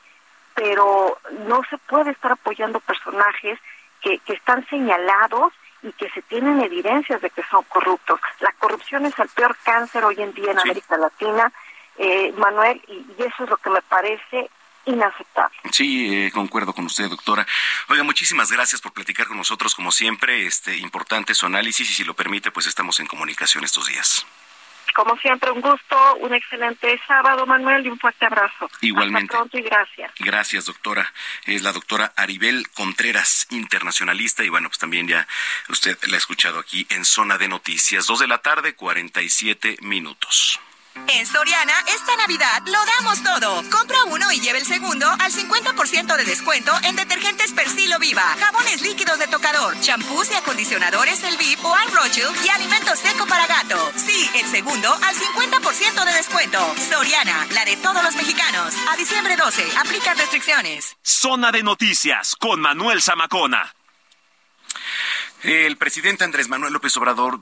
pero no se puede estar apoyando personajes que están señalados y que se tienen evidencias de que son corruptos. La corrupción es el peor cáncer hoy en día en América Latina, Manuel, y eso es lo que me parece inaceptable. Sí, concuerdo con usted, doctora. Oiga, muchísimas gracias por platicar con nosotros, como siempre, importante su análisis, y si lo permite, pues estamos en comunicación estos días. Como siempre, un gusto, un excelente sábado, Manuel, y un fuerte abrazo. Igualmente. Hasta pronto y gracias. Gracias, doctora. Es la doctora Aribel Contreras, internacionalista, y bueno, pues también ya usted la ha escuchado aquí en Zona de Noticias. 2:47 p.m. En Soriana, esta Navidad lo damos todo. Compra uno y lleve el segundo al 50% de descuento en detergentes Persilo Viva, jabones líquidos de tocador, champús y acondicionadores El VIP o Al Rochel y alimento seco para gato. Sí, el segundo al 50% de descuento. Soriana, la de todos los mexicanos. A diciembre 12, aplican restricciones. Zona de Noticias con Manuel Zamacona. El presidente Andrés Manuel López Obrador,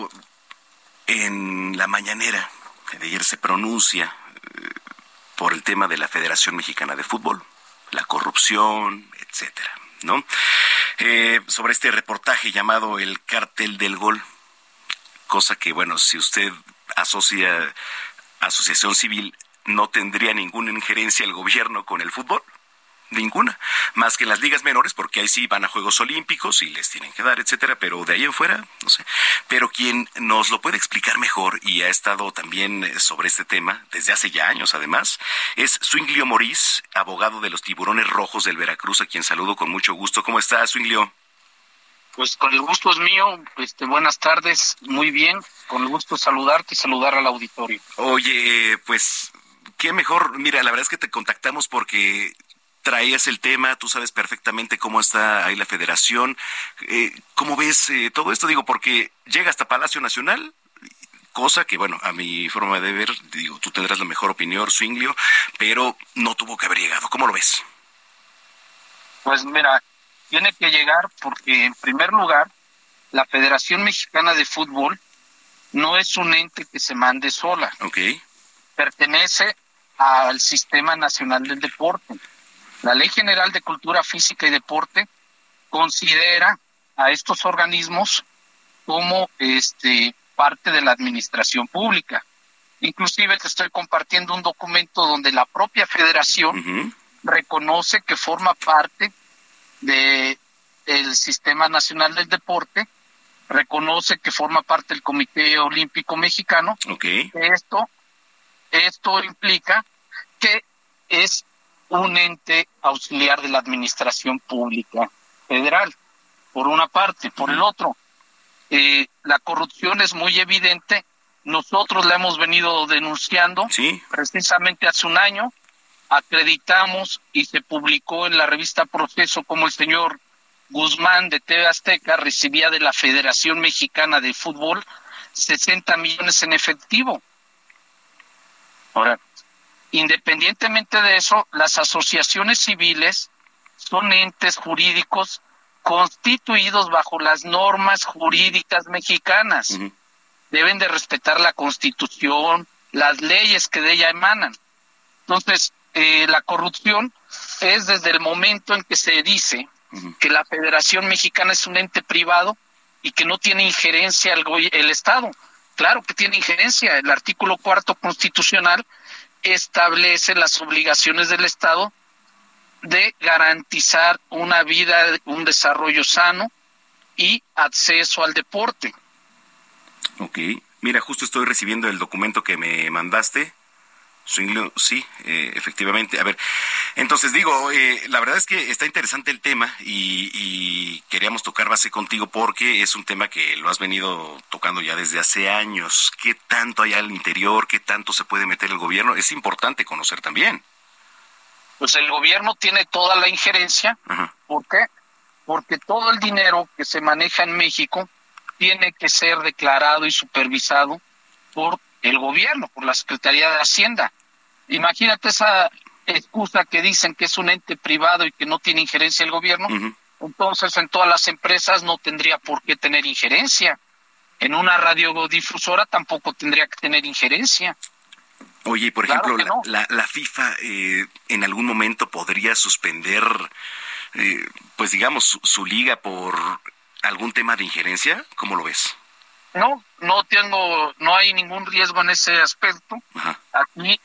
en la mañanera de ayer se pronuncia por el tema de la Federación Mexicana de Fútbol, la corrupción, etcétera, ¿no? Sobre este reportaje llamado El Cártel del Gol, cosa que, bueno, si usted asocia asociación civil, no tendría ninguna injerencia el gobierno con el fútbol. Ninguna, más que en las ligas menores, porque ahí sí van a Juegos Olímpicos y les tienen que dar, etcétera, pero de ahí en fuera, no sé. Pero quien nos lo puede explicar mejor, y ha estado también sobre este tema desde hace ya años además, es Zwinglio Morís, abogado de los Tiburones Rojos del Veracruz, a quien saludo con mucho gusto. ¿Cómo estás, Zwinglio? Pues con el gusto es mío, buenas tardes, muy bien, con el gusto saludarte y saludar al auditorio. Oye, pues, qué mejor, mira, la verdad es que te contactamos porque traías el tema, tú sabes perfectamente cómo está ahí la federación. ¿Cómo ves todo esto? Porque llega hasta Palacio Nacional, cosa que, bueno, a mi forma de ver, digo, tú tendrás la mejor opinión, Zwinglio, pero no tuvo que haber llegado. ¿Cómo lo ves? Pues mira, tiene que llegar porque, en primer lugar, la Federación Mexicana de Fútbol no es un ente que se mande sola. Okay. Pertenece al Sistema Nacional del Deporte. La Ley General de Cultura Física y Deporte considera a estos organismos como parte de la administración pública. Inclusive te estoy compartiendo un documento donde la propia federación reconoce que forma parte del Sistema Nacional del Deporte, reconoce que forma parte del Comité Olímpico Mexicano. Okay. Esto implica que es un ente auxiliar de la administración pública federal, por una parte. Por el otro, la corrupción es muy evidente. Nosotros la hemos venido denunciando. Sí. Precisamente hace un año acreditamos y se publicó en la revista Proceso como el señor Guzmán de TV Azteca recibía de la Federación Mexicana de Fútbol 60 millones en efectivo. Ahora, independientemente de eso, las asociaciones civiles son entes jurídicos constituidos bajo las normas jurídicas mexicanas. Deben de respetar la Constitución, las leyes que de ella emanan. Entonces, la corrupción es desde el momento en que se dice que la Federación Mexicana es un ente privado y que no tiene injerencia el Estado. Claro que tiene injerencia. El artículo 4 constitucional establece las obligaciones del Estado de garantizar una vida, un desarrollo sano y acceso al deporte. Ok. Mira, justo estoy recibiendo el documento que me mandaste. Sí, efectivamente. A ver, entonces digo, la verdad es que está interesante el tema y queríamos tocar base contigo porque es un tema que lo has venido tocando ya desde hace años. ¿Qué tanto hay al interior? ¿Qué tanto se puede meter el gobierno? Es importante conocer también. Pues el gobierno tiene toda la injerencia. ¿Por qué? Porque todo el dinero que se maneja en México tiene que ser declarado y supervisado por el gobierno, por la Secretaría de Hacienda. Imagínate esa excusa que dicen que es un ente privado y que no tiene injerencia el gobierno. Entonces en todas las empresas no tendría por qué tener injerencia. En una radiodifusora tampoco tendría que tener injerencia. Oye, por ejemplo, la FIFA en algún momento podría suspender, pues digamos, su liga por algún tema de injerencia. ¿Cómo lo ves? No hay ningún riesgo en ese aspecto. Aquí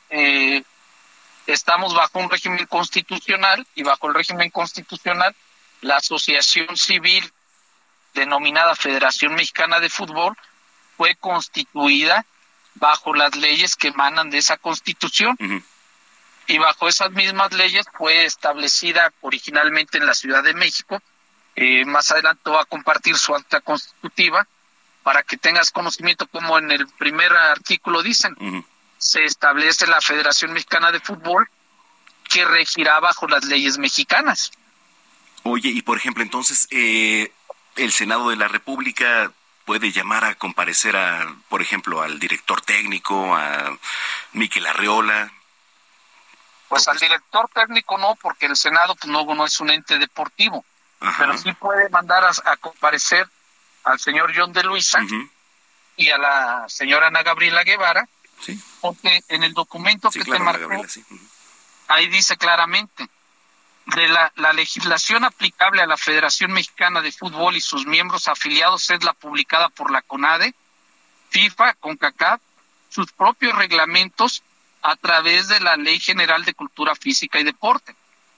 estamos bajo un régimen constitucional y bajo el régimen constitucional la asociación civil denominada Federación Mexicana de Fútbol fue constituida bajo las leyes que emanan de esa constitución y bajo esas mismas leyes fue establecida originalmente en la Ciudad de México. Más adelante voy a compartir su acta constitutiva para que tengas conocimiento, como en el primer artículo dicen, se establece la Federación Mexicana de Fútbol que regirá bajo las leyes mexicanas. Oye, y por ejemplo, entonces, el Senado de la República puede llamar a comparecer por ejemplo, al director técnico, a Miquel Arriola. Pues al director técnico no, porque el Senado pues no es un ente deportivo, pero sí puede mandar a comparecer al señor John de Luisa y a la señora Ana Gabriela Guevara, porque en el documento que te marcó, ahí dice claramente, de la legislación aplicable a la Federación Mexicana de Fútbol y sus miembros afiliados es la publicada por la CONADE, FIFA, CONCACAF, sus propios reglamentos a través de la Ley General de Cultura Física y Deporte.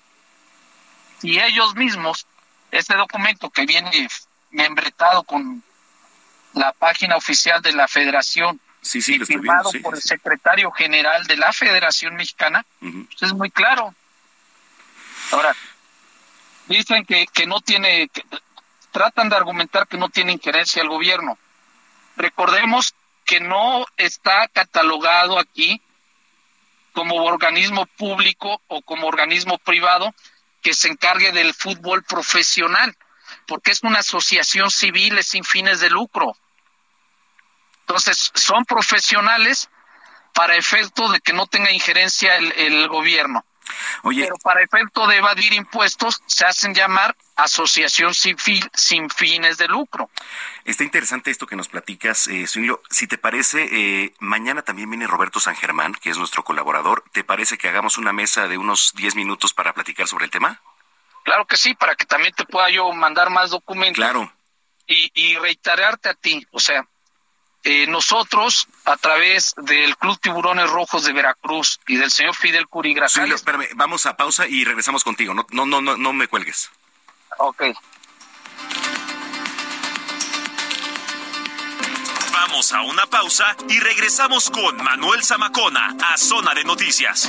Y ellos mismos, este documento que viene membretado con la página oficial de la Federación y firmado por el secretario general de la Federación Mexicana, pues es muy claro. Ahora, dicen que no tiene, tratan de argumentar que no tiene injerencia el gobierno. Recordemos que no está catalogado aquí como organismo público o como organismo privado que se encargue del fútbol profesional, porque es una asociación civil, es sin fines de lucro. Entonces, son profesionales para efecto de que no tenga injerencia el gobierno. Oye, pero para efecto de evadir impuestos se hacen llamar asociación sin fines de lucro. Está interesante esto que nos platicas, Zuinglio. Si te parece, mañana también viene Roberto San Germán, que es nuestro colaborador. ¿Te parece que hagamos una mesa de unos 10 minutos para platicar sobre el tema? Claro que sí, para que también te pueda yo mandar más documentos. Claro. Y reiterarte a ti, o sea, nosotros, a través del Club Tiburones Rojos de Veracruz y del señor Fidel Curi Grajales... Espérame, vamos a pausa y regresamos contigo. No me cuelgues. Ok. Vamos a una pausa y regresamos con Manuel Zamacona a Zona de Noticias.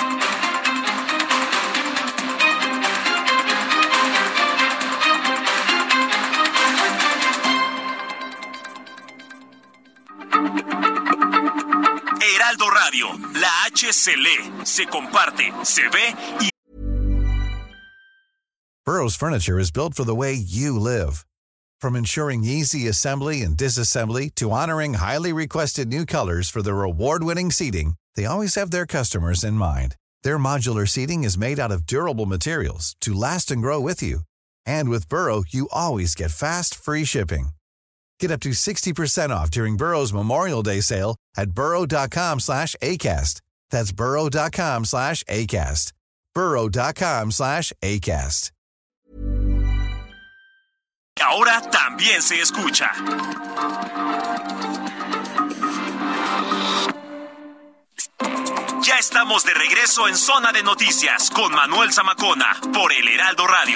Heraldo Radio, la H se lee, se comparte, se ve y... Burrow's furniture is built for the way you live. From ensuring easy assembly and disassembly to honoring highly requested new colors for their award-winning seating, they always have their customers in mind. Their modular seating is made out of durable materials to last and grow with you. And with Burrow, you always get fast, free shipping. Get up to 60% off during Burrow's Memorial Day sale at burrow.com/ACAST. That's burrow.com/ACAST. burrow.com/ACAST. Ahora también se escucha. Ya estamos de regreso en Zona de Noticias con Manuel Zamacona por el Heraldo Radio.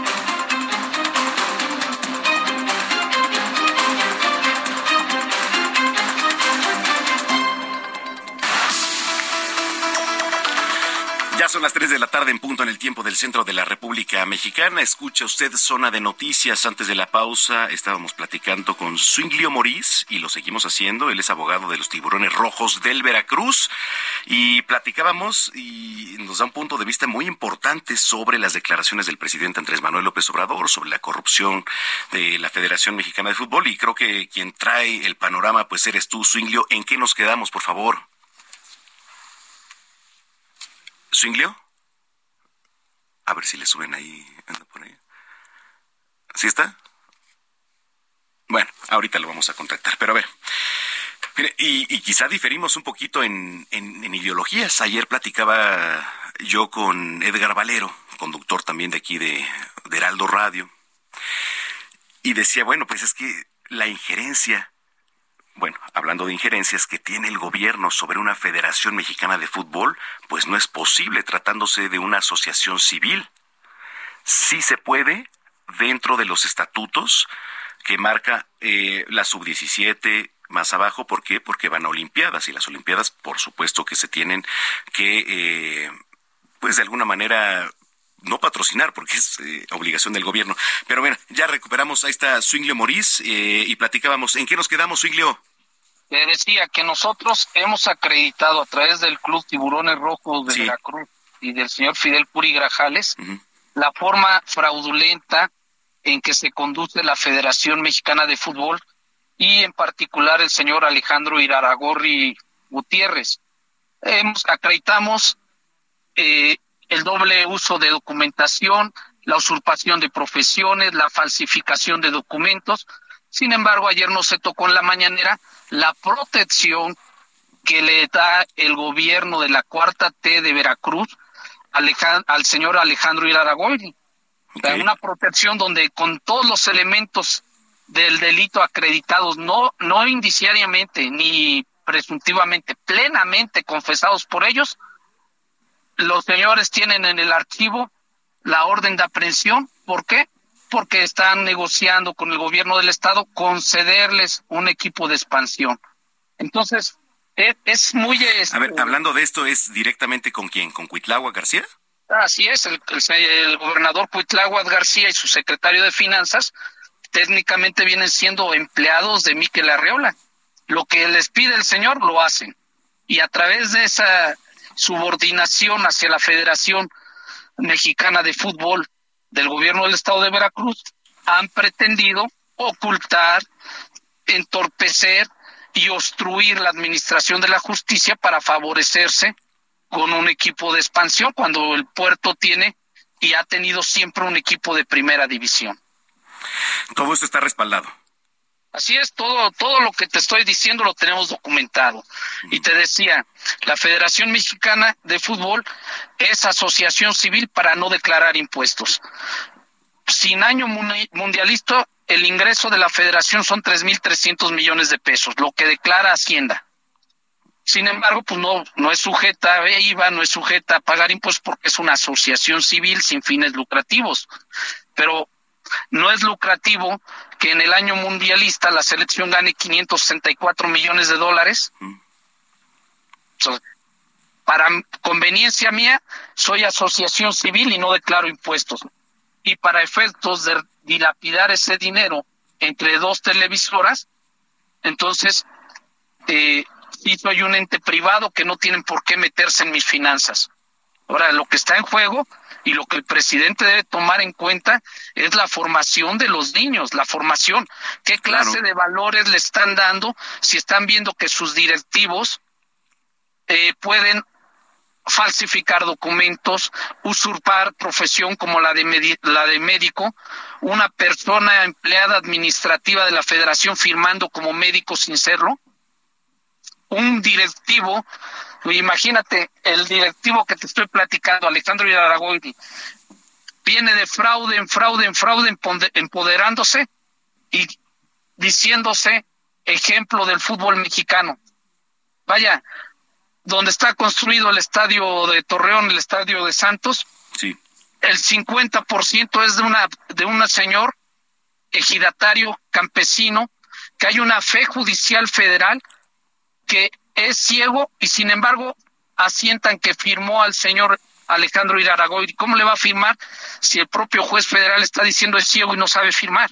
Ya son las 3 de la tarde en punto en el tiempo del centro de la República Mexicana. Escucha usted Zona de Noticias. Antes de la pausa estábamos platicando con Zuinglio Morís y lo seguimos haciendo. Él es abogado de los Tiburones Rojos del Veracruz y platicábamos y nos da un punto de vista muy importante sobre las declaraciones del presidente Andrés Manuel López Obrador sobre la corrupción de la Federación Mexicana de Fútbol, y creo que quien trae el panorama pues eres tú, Zuinglio. ¿En qué nos quedamos, por favor? ¿Zuinglio? A ver si le suben ahí. Anda por ahí. ¿Sí está? Bueno, ahorita lo vamos a contactar, pero a ver. Mire, y quizá diferimos un poquito en ideologías. Ayer platicaba yo con Edgar Valero, conductor también de aquí de Heraldo Radio, y decía, bueno, pues es que la injerencia, bueno, hablando de injerencias que tiene el gobierno sobre una Federación Mexicana de Fútbol, pues no es posible tratándose de una asociación civil. Sí se puede dentro de los estatutos que marca la sub-17 más abajo. ¿Por qué? Porque van a Olimpiadas, y las Olimpiadas, por supuesto que se tienen que, pues de alguna manera, no patrocinar, porque es obligación del gobierno. Pero bueno, ya recuperamos, ahí está Zuinglio Morís, y platicábamos. ¿En qué nos quedamos, Zuinglio? Te decía que nosotros hemos acreditado a través del Club Tiburones Rojos de Veracruz y del señor Fidel Curi Grajales la forma fraudulenta en que se conduce la Federación Mexicana de Fútbol, y en particular el señor Alejandro Iraragorri Gutiérrez. Acreditamos el doble uso de documentación, la usurpación de profesiones, la falsificación de documentos. Sin embargo, ayer no se tocó en la mañanera la protección que le da el gobierno de la Cuarta T de Veracruz al señor Alejandro Iraragorri. Okay. O sea, una protección donde con todos los elementos del delito acreditados, no indiciariamente ni presuntivamente, plenamente confesados por ellos, los señores tienen en el archivo la orden de aprehensión. ¿Por qué? Porque están negociando con el gobierno del estado concederles un equipo de expansión. Entonces, es muy... A ver, hablando de esto, ¿es directamente con quién? ¿Con Cuitláhuac García? Así es, el gobernador Cuitláhuac García y su secretario de Finanzas técnicamente vienen siendo empleados de Miquel Arreola. Lo que les pide el señor lo hacen. Y a través de esa subordinación hacia la Federación Mexicana de Fútbol del gobierno del estado de Veracruz, han pretendido ocultar, entorpecer y obstruir la administración de la justicia para favorecerse con un equipo de expansión, cuando el Puerto tiene y ha tenido siempre un equipo de primera división. Todo esto está respaldado. Así es, todo lo que te estoy diciendo lo tenemos documentado. Y te decía, la Federación Mexicana de Fútbol es asociación civil para no declarar impuestos. Sin año mundialista, el ingreso de la federación son 3.300 millones de pesos, lo que declara Hacienda. Sin embargo, pues no es sujeta a IVA, no es sujeta a pagar impuestos porque es una asociación civil sin fines lucrativos. Pero no es lucrativo que en el año mundialista la selección gane 564 millones de dólares. Para conveniencia mía, soy asociación civil y no declaro impuestos. Y para efectos de dilapidar ese dinero entre dos televisoras, entonces sí soy un ente privado que no tienen por qué meterse en mis finanzas. Ahora, lo que está en juego y lo que el presidente debe tomar en cuenta es la formación de los niños, la formación. ¿Qué clase de valores le están dando si están viendo que sus directivos pueden falsificar documentos, usurpar profesión como la de médico, una persona empleada administrativa de la federación firmando como médico sin serlo? Un directivo, imagínate, el directivo que te estoy platicando, Alejandro Irarrágoitia, viene de fraude en fraude, empoderándose y diciéndose ejemplo del fútbol mexicano. Vaya, donde está construido el estadio de Torreón, el estadio de Santos, sí, el 50% es de un señor ejidatario campesino, que hay una fe judicial federal que es ciego y sin embargo asientan que firmó al señor Alejandro Irarrágoitia. ¿Cómo le va a firmar si el propio juez federal está diciendo es ciego y no sabe firmar?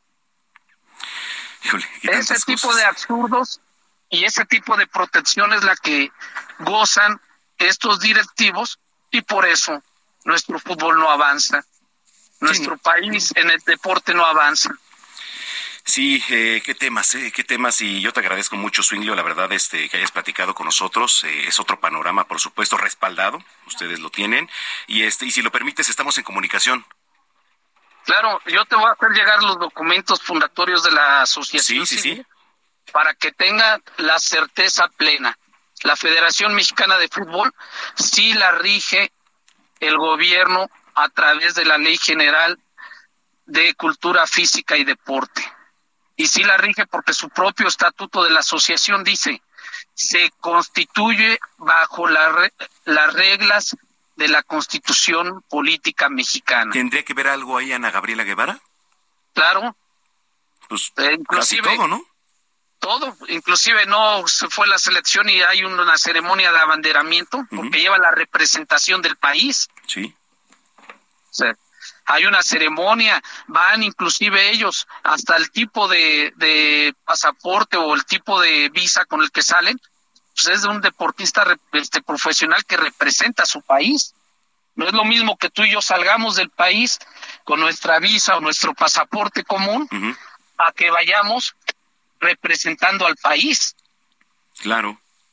Híjole, ese tipo de absurdos y ese tipo de protección es la que gozan estos directivos y por eso nuestro fútbol no avanza. Nuestro país en el deporte no avanza. Sí, qué temas, y yo te agradezco mucho, Zwinglio, la verdad, que hayas platicado con nosotros, es otro panorama, por supuesto, respaldado, ustedes lo tienen, y si lo permites, estamos en comunicación. Claro, yo te voy a hacer llegar los documentos fundatorios de la asociación civil para que tengan la certeza plena. La Federación Mexicana de Fútbol sí la rige el gobierno a través de la Ley General de Cultura Física y Deporte. Y sí la rige porque su propio estatuto de la asociación dice, se constituye bajo las reglas de la Constitución Política Mexicana. ¿Tendría que ver algo ahí Ana Gabriela Guevara? Claro. Pues inclusive, casi todo, ¿no? Todo, inclusive no se fue la selección y hay una ceremonia de abanderamiento porque lleva la representación del país. Sí. O sea, hay una ceremonia, van inclusive ellos, hasta el tipo de pasaporte o el tipo de visa con el que salen, pues es de un deportista profesional que representa a su país. No es lo mismo que tú y yo salgamos del país con nuestra visa o nuestro pasaporte común a que vayamos representando al país. Claro.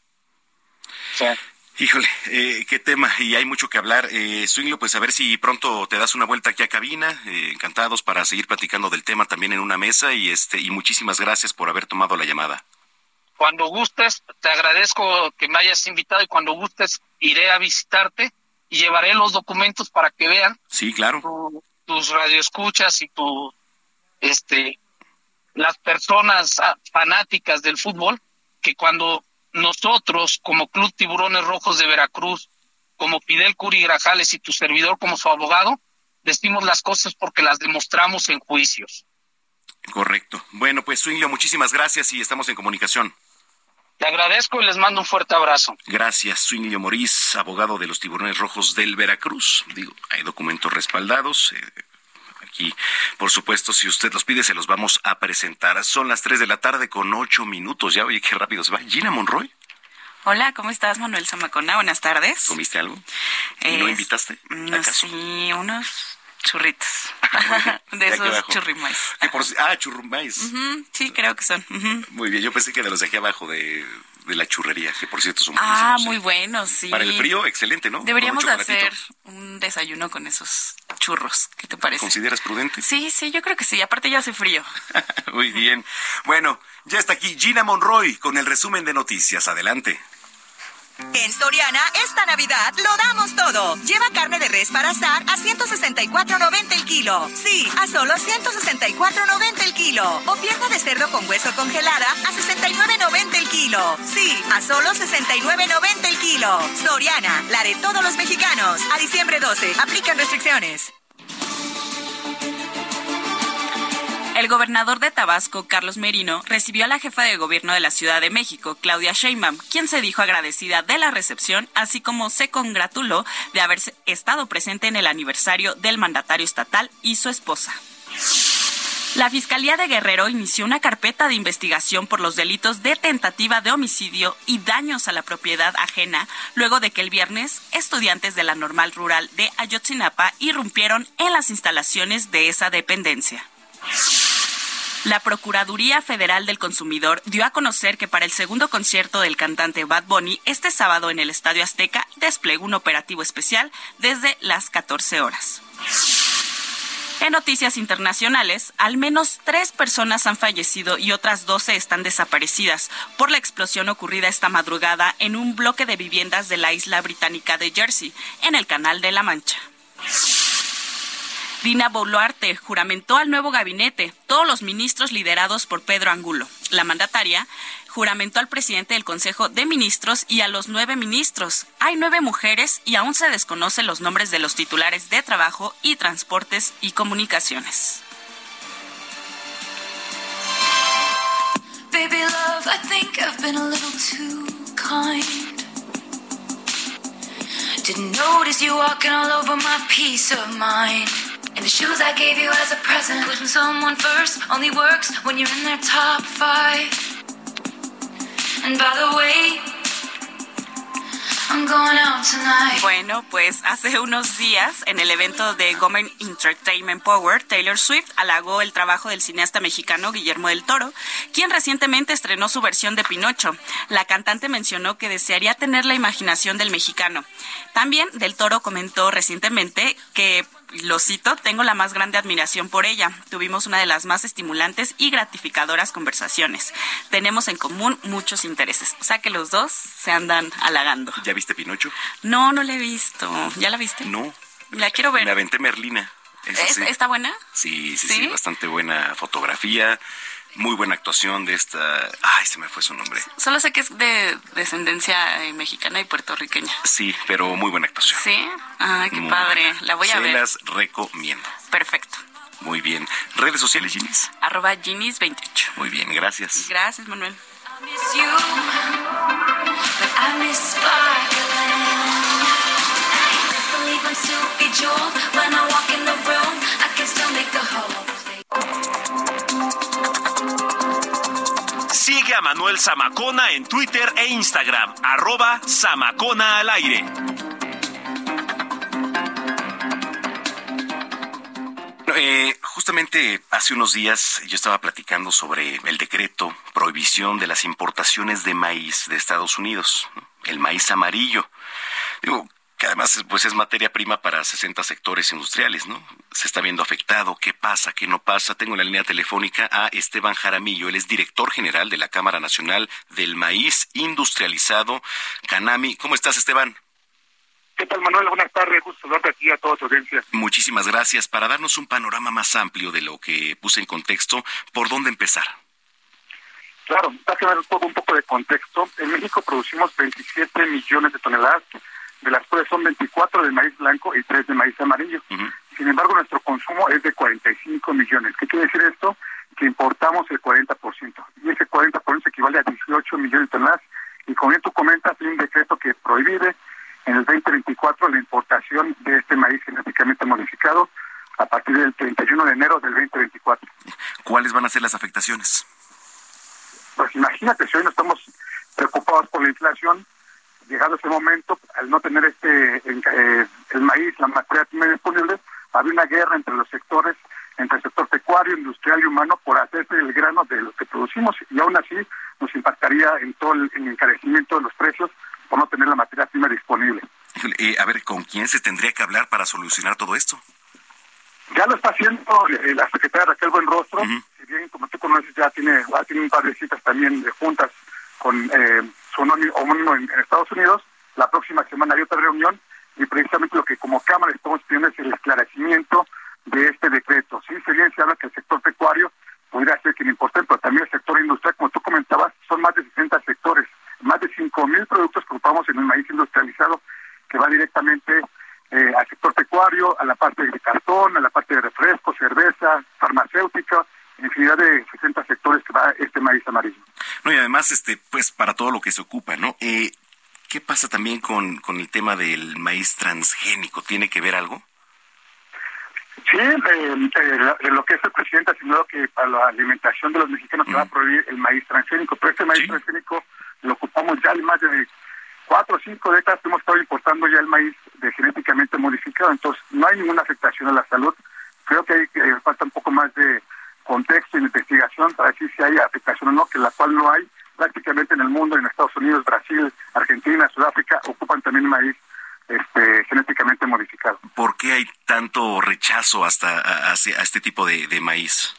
O sea, híjole, qué tema, y hay mucho que hablar. Zwinglio, pues a ver si pronto te das una vuelta aquí a cabina, encantados para seguir platicando del tema también en una mesa, y muchísimas gracias por haber tomado la llamada. Cuando gustes, te agradezco que me hayas invitado y cuando gustes iré a visitarte y llevaré los documentos para que vean. Sí, claro. Tus radioescuchas y las personas fanáticas del fútbol, que cuando nosotros, como Club Tiburones Rojos de Veracruz, como Fidel Curi Grajales y tu servidor como su abogado, decimos las cosas porque las demostramos en juicios. Correcto. Bueno, pues Zwinglio, muchísimas gracias y estamos en comunicación. Te agradezco y les mando un fuerte abrazo. Gracias, Zwinglio Morís, abogado de los Tiburones Rojos del Veracruz. Hay documentos respaldados. Aquí, por supuesto, si usted los pide, se los vamos a presentar. Son las 3:08 ya. Oye, qué rápido se va. Gina Monroy. Hola, ¿cómo estás, Manuel Zamacona? Buenas tardes. ¿Comiste algo? ¿No invitaste? ¿Acaso? Sí, unos churritos. De esos churrimais. Churrumais. Sí, creo que son. Muy bien, yo pensé que de los de aquí abajo de la churrería, que por cierto son muy buenos, sí. Para el frío, excelente, ¿no? Deberíamos hacer un desayuno con esos churros. ¿Qué te parece? ¿Consideras prudente? Sí, yo creo que sí. Aparte ya hace frío. Muy bien. Bueno, ya está aquí Gina Monroy con el resumen de noticias. Adelante. En Soriana, esta Navidad lo damos todo. Lleva carne de res para asar a $164.90 el kilo. Sí, a solo $164.90 el kilo. O pierna de cerdo con hueso congelada a $69.90 el kilo. Sí, a solo $69.90 el kilo. Soriana, la de todos los mexicanos. A diciembre 12, aplican restricciones. El gobernador de Tabasco, Carlos Merino, recibió a la jefa de gobierno de la Ciudad de México, Claudia Sheinbaum, quien se dijo agradecida de la recepción, así como se congratuló de haber estado presente en el aniversario del mandatario estatal y su esposa. La Fiscalía de Guerrero inició una carpeta de investigación por los delitos de tentativa de homicidio y daños a la propiedad ajena, luego de que el viernes estudiantes de la Normal Rural de Ayotzinapa irrumpieron en las instalaciones de esa dependencia. La Procuraduría Federal del Consumidor dio a conocer que para el segundo concierto del cantante Bad Bunny este sábado en el Estadio Azteca desplegó un operativo especial desde las 14 horas. En noticias internacionales, al menos 3 personas han fallecido y otras 12 están desaparecidas por la explosión ocurrida esta madrugada en un bloque de viviendas de la isla británica de Jersey, en el Canal de la Mancha. Dina Boluarte juramentó al nuevo gabinete, todos los ministros liderados por Pedro Angulo. La mandataria juramentó al presidente del Consejo de Ministros y a los 9 ministros. Hay 9 mujeres y aún se desconocen los nombres de los titulares de Trabajo y Transportes y Comunicaciones. Baby love, I think I've been a little too kind. Didn't notice you walking all over my peace of mind. And the shoes I gave you as a present. Putting someone first only works when you're in their top 5. And by the way, I'm going out tonight. Bueno, pues hace unos días, en el evento de Gomer Entertainment Power, Taylor Swift halagó el trabajo del cineasta mexicano Guillermo del Toro, quien recientemente estrenó su versión de Pinocho. La cantante mencionó que desearía tener la imaginación del mexicano. También Del Toro comentó recientemente que, lo cito, tengo la más grande admiración por ella. Tuvimos una de las más estimulantes y gratificadoras conversaciones. Tenemos en común muchos intereses. O sea que los dos se andan halagando. ¿Ya viste Pinocho? No la he visto. ¿Ya la viste? No. La quiero ver. Me aventé Merlina. Sí. ¿Está buena? Sí, bastante buena fotografía. Muy buena actuación de esta... Ay, se me fue su nombre. Solo sé que es de descendencia mexicana y puertorriqueña. Sí, pero muy buena actuación. ¿Sí? Ay, qué padre. La voy a ver. Se las recomiendo. Perfecto. Muy bien. ¿Redes sociales, Ginis? @Ginis28. Muy bien, gracias. Gracias, Manuel. I miss you, but I miss sparkling. Just believe I'm super jeweled. When I walk in the room, I can still make the whole Sigue a Manuel Zamacona en Twitter e Instagram, @Zamacona al aire. Justamente hace unos días yo estaba platicando sobre el decreto prohibición de las importaciones de maíz de Estados Unidos, ¿no? El maíz amarillo. Digo, que además pues es materia prima para 60 sectores industriales, ¿no? Se está viendo afectado, ¿qué pasa, qué no pasa? Tengo en la línea telefónica a Esteban Jaramillo, él es director general de la Cámara Nacional del Maíz Industrializado, Canami. ¿Cómo estás, Esteban? ¿Qué tal, Manuel? Buenas tardes, gusto saludarte aquí a toda tu audiencia. Muchísimas gracias. Para darnos un panorama más amplio de lo que puse en contexto, ¿por dónde empezar? Claro, para que dar un poco de contexto, en México producimos 27 millones de toneladas, de las cuales son 24 de maíz blanco y 3 de maíz amarillo. Sin embargo, nuestro consumo es de 45 millones. ¿Qué quiere decir esto? Que importamos el 40%. Y ese 40% equivale a 18 millones de toneladas. Y como bien tú comentas, hay un decreto que prohíbe en el 2024 la importación de este maíz genéticamente modificado a partir del 31 de enero del 2024. ¿Cuáles van a ser las afectaciones? Pues imagínate, si hoy no estamos preocupados por la inflación, llegado ese momento, al no tener el maíz, la materia prima disponible, había una guerra entre los sectores, entre el sector pecuario, industrial y humano, por hacerse el grano de lo que producimos, y aún así nos impactaría en todo el encarecimiento de los precios por no tener la materia prima disponible. A ver, ¿con quién se tendría que hablar para solucionar todo esto? Ya lo está haciendo la secretaria Raquel Buenrostro, si bien, como tú conoces, ya tiene un par de citas también de juntas con su homónimo en Estados Unidos. La próxima semana hay otra reunión, y precisamente lo que como Cámara estamos pidiendo es el esclarecimiento de este decreto. Sí, se bien se habla que el sector pecuario podría ser quien importe, pero también el sector industrial, como tú comentabas, son más de 60 sectores, más de 5,000 productos que ocupamos en el maíz industrializado, que va directamente al sector pecuario, a la parte de cartón, a la parte de refresco, cerveza, farmacéutica, infinidad de 60 sectores que va este maíz amarillo. No, y además, pues para todo lo que se ocupa, ¿no? ¿Qué pasa también con el tema del maíz transgénico? ¿Tiene que ver algo? Sí, lo que es el presidente ha asignado que para la alimentación de los mexicanos se va a prohibir el maíz transgénico, pero este maíz transgénico lo ocupamos ya en más de 4 o 5 décadas, hemos estado importando ya el maíz genéticamente modificado, entonces no hay ninguna afectación a la salud. Creo que falta un poco más de contexto y investigación para decir si hay afectación o no, que la cual no hay. Prácticamente en el mundo, en Estados Unidos, Brasil, Argentina, Sudáfrica, ocupan también maíz genéticamente modificado. ¿Por qué hay tanto rechazo hacia este tipo de maíz?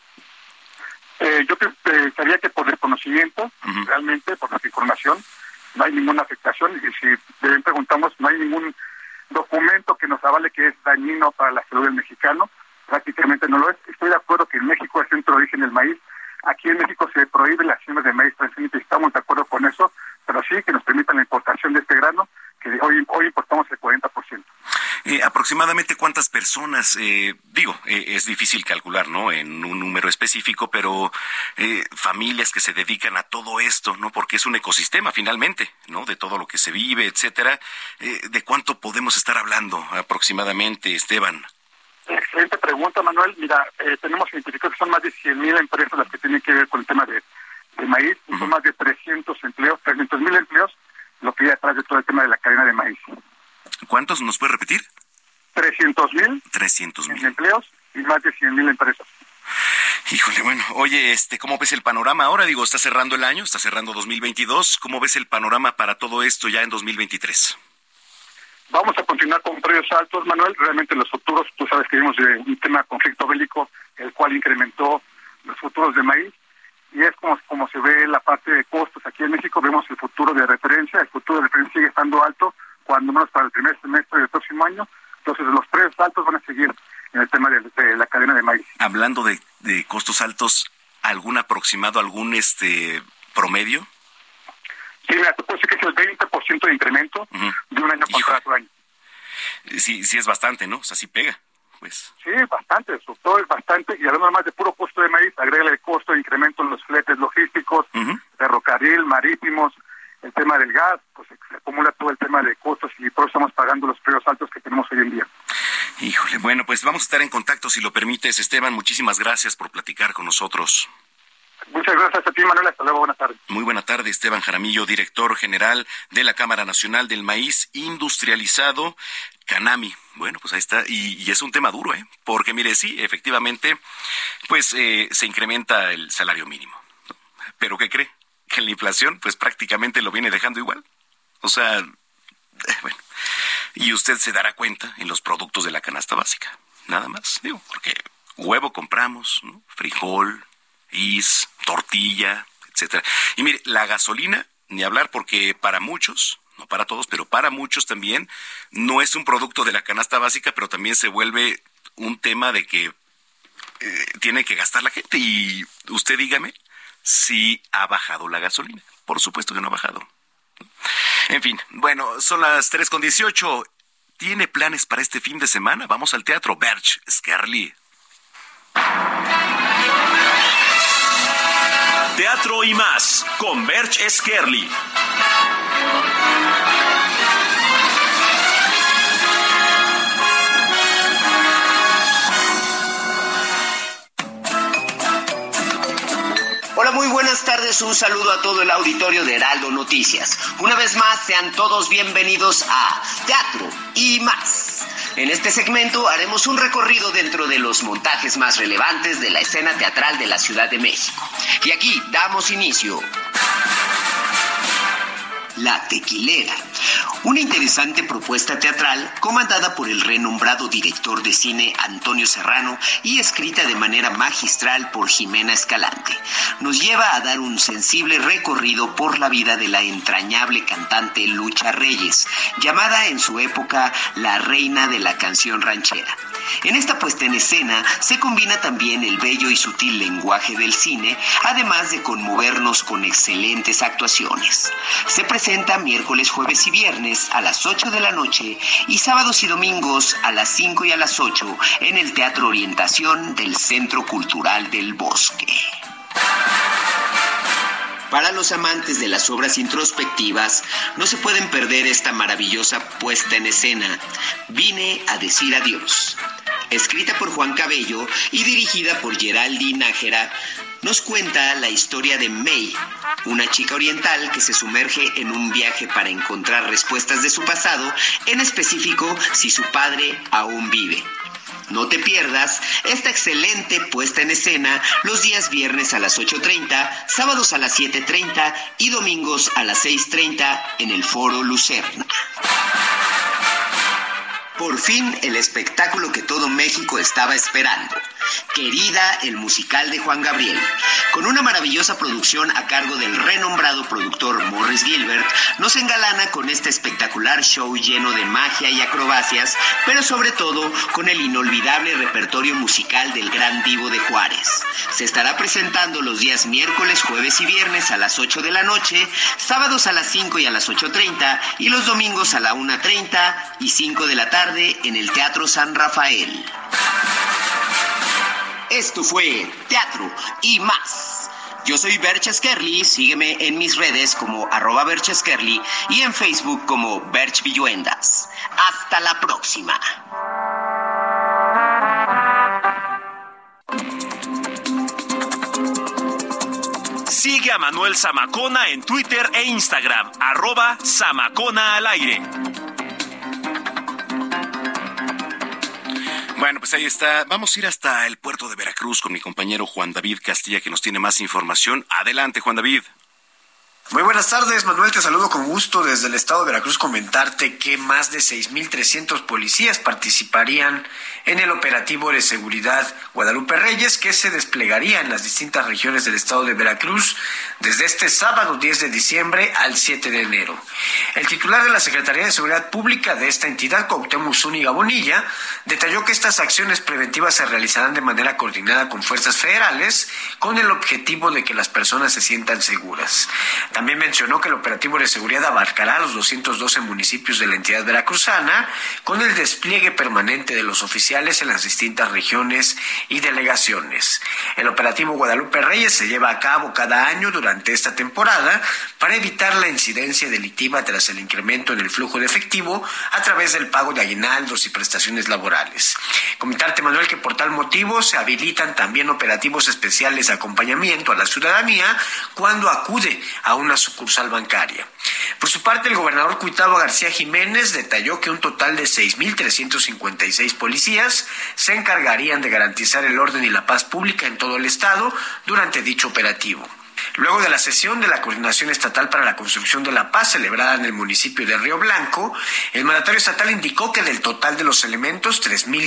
Yo pensaría que por desconocimiento, realmente, por desinformación, no hay ninguna afectación, y si bien preguntamos, no hay ningún documento que nos avale que es dañino para la salud del mexicano, prácticamente no lo es. Estoy de acuerdo que en México es centro de origen del maíz. Aquí en México se prohíbe la siembra de maíz transgénico y estamos de acuerdo con eso, pero sí que nos permitan la importación de este grano, que hoy importamos el 40%. Aproximadamente cuántas personas, es difícil calcular, ¿no?, en un número específico, pero familias que se dedican a todo esto, ¿no?, porque es un ecosistema finalmente, ¿no?, de todo lo que se vive, etcétera. ¿De cuánto podemos estar hablando aproximadamente, Esteban? Excelente pregunta, Manuel. Mira, tenemos identificado que son más de 100,000 empresas las que tienen que ver con el tema de maíz, y son más de 300,000 empleos, lo que hay atrás de todo el tema de la cadena de maíz. ¿Cuántos nos puede repetir? 300,000 empleos y más de 100,000 empresas. Híjole, bueno, oye, ¿cómo ves el panorama ahora? Digo, está cerrando el año, está cerrando 2022. ¿Cómo ves el panorama para todo esto ya en 2023? Vamos a continuar con precios altos, Manuel. Realmente los futuros, tú sabes que vimos de un tema de conflicto bélico, el cual incrementó los futuros de maíz, y es como se ve la parte de costos. Aquí en México vemos el futuro de referencia. El futuro de referencia sigue estando alto, cuando menos para el primer semestre del próximo año. Entonces los precios altos van a seguir en el tema de la cadena de maíz. Hablando de costos altos, ¿algún aproximado, algún promedio? Sí, mira, te puedo decir que es el 20% de incremento de un año contra otro año. Sí es bastante, ¿no? O sea, sí pega, pues. Sí, bastante, sobre todo es bastante, y hablando más de puro costo de maíz, agrega el costo de incremento en los fletes logísticos, ferrocarril, marítimos, el tema del gas, pues se acumula todo el tema de costos, y por eso estamos pagando los precios altos que tenemos hoy en día. Híjole, bueno, pues vamos a estar en contacto, si lo permites, Esteban. Muchísimas gracias por platicar con nosotros. Muchas gracias a ti, Manuel. Hasta luego. Buenas tardes. Muy buena tarde, Esteban Jaramillo, director general de la Cámara Nacional del Maíz Industrializado, Canami. Bueno, pues ahí está. Y es un tema duro, porque mire, sí, efectivamente, pues se incrementa el salario mínimo, ¿no? Pero ¿qué cree? Que la inflación, pues prácticamente lo viene dejando igual. O sea, bueno, y usted se dará cuenta en los productos de la canasta básica, nada más, digo, porque huevo compramos, ¿no?, frijol, tortilla, etcétera. Y mire, la gasolina, ni hablar, porque para muchos, no para todos, pero para muchos también, no es un producto de la canasta básica, pero también se vuelve un tema de que tiene que gastar la gente. Y usted dígame si ha bajado la gasolina. Por supuesto que no ha bajado. En fin, bueno, son las 3:18. ¿Tiene planes para este fin de semana? Vamos al teatro Berch Skerli. Teatro y más, con Berch Skerli. Hola, muy buenas tardes, un saludo a todo el auditorio de Heraldo Noticias. Una vez más, sean todos bienvenidos a Teatro y más. En este segmento haremos un recorrido dentro de los montajes más relevantes de la escena teatral de la Ciudad de México. Y aquí damos inicio. La Tequilera, una interesante propuesta teatral comandada por el renombrado director de cine Antonio Serrano y escrita de manera magistral por Jimena Escalante. Nos lleva a dar un sensible recorrido por la vida de la entrañable cantante Lucha Reyes, llamada en su época la reina de la canción ranchera. En esta puesta en escena se combina también el bello y sutil lenguaje del cine, además de conmovernos con excelentes actuaciones. Se presenta miércoles, jueves y viernes a las 8 de la noche y sábados y domingos a las 5 y a las 8 en el Teatro Orientación del Centro Cultural del Bosque. Para los amantes de las obras introspectivas, no se pueden perder esta maravillosa puesta en escena, Vine a decir adiós. Escrita por Juan Cabello y dirigida por Geraldine Nájera, nos cuenta la historia de May, una chica oriental que se sumerge en un viaje para encontrar respuestas de su pasado, en específico si su padre aún vive. No te pierdas esta excelente puesta en escena los días viernes a las 8:30, sábados a las 7:30 y domingos a las 6:30 en el Foro Lucerna. Por fin, el espectáculo que todo México estaba esperando. Querida, el musical de Juan Gabriel. Con una maravillosa producción a cargo del renombrado productor Morris Gilbert, nos engalana con este espectacular show lleno de magia y acrobacias, pero sobre todo con el inolvidable repertorio musical del gran divo de Juárez. Se estará presentando los días miércoles, jueves y viernes a las 8 de la noche, sábados a las 5 y a las 8:30 y los domingos a la 1:30 y 5 de la tarde en el Teatro San Rafael. Esto fue Teatro y Más. Yo soy Berch Esquerly, sígueme en mis redes como @Berch Esquerly y en Facebook como Berch Villuendas. Hasta la próxima. Sigue a Manuel Zamacona en Twitter e Instagram, @Zamacona al aire. Bueno, pues ahí está. Vamos a ir hasta el puerto de Veracruz con mi compañero Juan David Castilla, que nos tiene más información. Adelante, Juan David. Muy buenas tardes, Manuel, te saludo con gusto desde el estado de Veracruz. Comentarte que más de 6,300 policías participarían en el operativo de seguridad Guadalupe Reyes, que se desplegaría en las distintas regiones del estado de Veracruz desde este sábado 10 de diciembre al 7 de enero. El titular de la Secretaría de Seguridad Pública de esta entidad, Cuauhtémoc Zúñiga Bonilla, detalló que estas acciones preventivas se realizarán de manera coordinada con fuerzas federales con el objetivo de que las personas se sientan seguras. También mencionó que el operativo de seguridad abarcará los 212 municipios de la entidad veracruzana con el despliegue permanente de los oficiales en las distintas regiones y delegaciones. El operativo Guadalupe Reyes se lleva a cabo cada año durante esta temporada para evitar la incidencia delictiva tras el incremento en el flujo de efectivo a través del pago de aguinaldos y prestaciones laborales. Comentarte, Manuel, que por tal motivo se habilitan también operativos especiales de acompañamiento a la ciudadanía cuando acude a una sucursal bancaria. Por su parte, el gobernador Cuitlavo García Jiménez detalló que un total de 6,356 policías se encargarían de garantizar el orden y la paz pública en todo el estado durante dicho operativo. Luego de la sesión de la Coordinación Estatal para la Construcción de la Paz celebrada en el municipio de Río Blanco, el mandatario estatal indicó que del total de los elementos,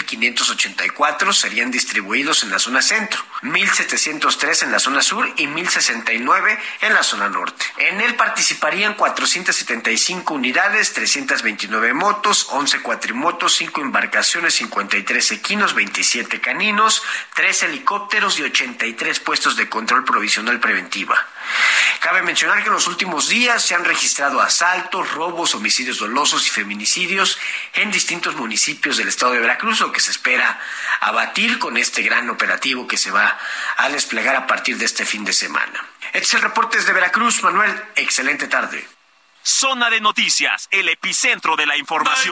3,584 serían distribuidos en la zona centro, 1,703 en la zona sur y 1,069 en la zona norte. En él participarían 475 unidades, 329 motos, 11 cuatrimotos, 5 embarcaciones, 53 equinos, 27 caninos, 3 helicópteros y 83 puestos de control provisional preventiva. Cabe mencionar que en los últimos días se han registrado asaltos, robos, homicidios dolosos y feminicidios en distintos municipios del estado de Veracruz, lo que se espera abatir con este gran operativo que se va a desplegar a partir de este fin de semana. Este es el reporte desde Veracruz, Manuel. Excelente tarde. Zona de Noticias, el epicentro de la información.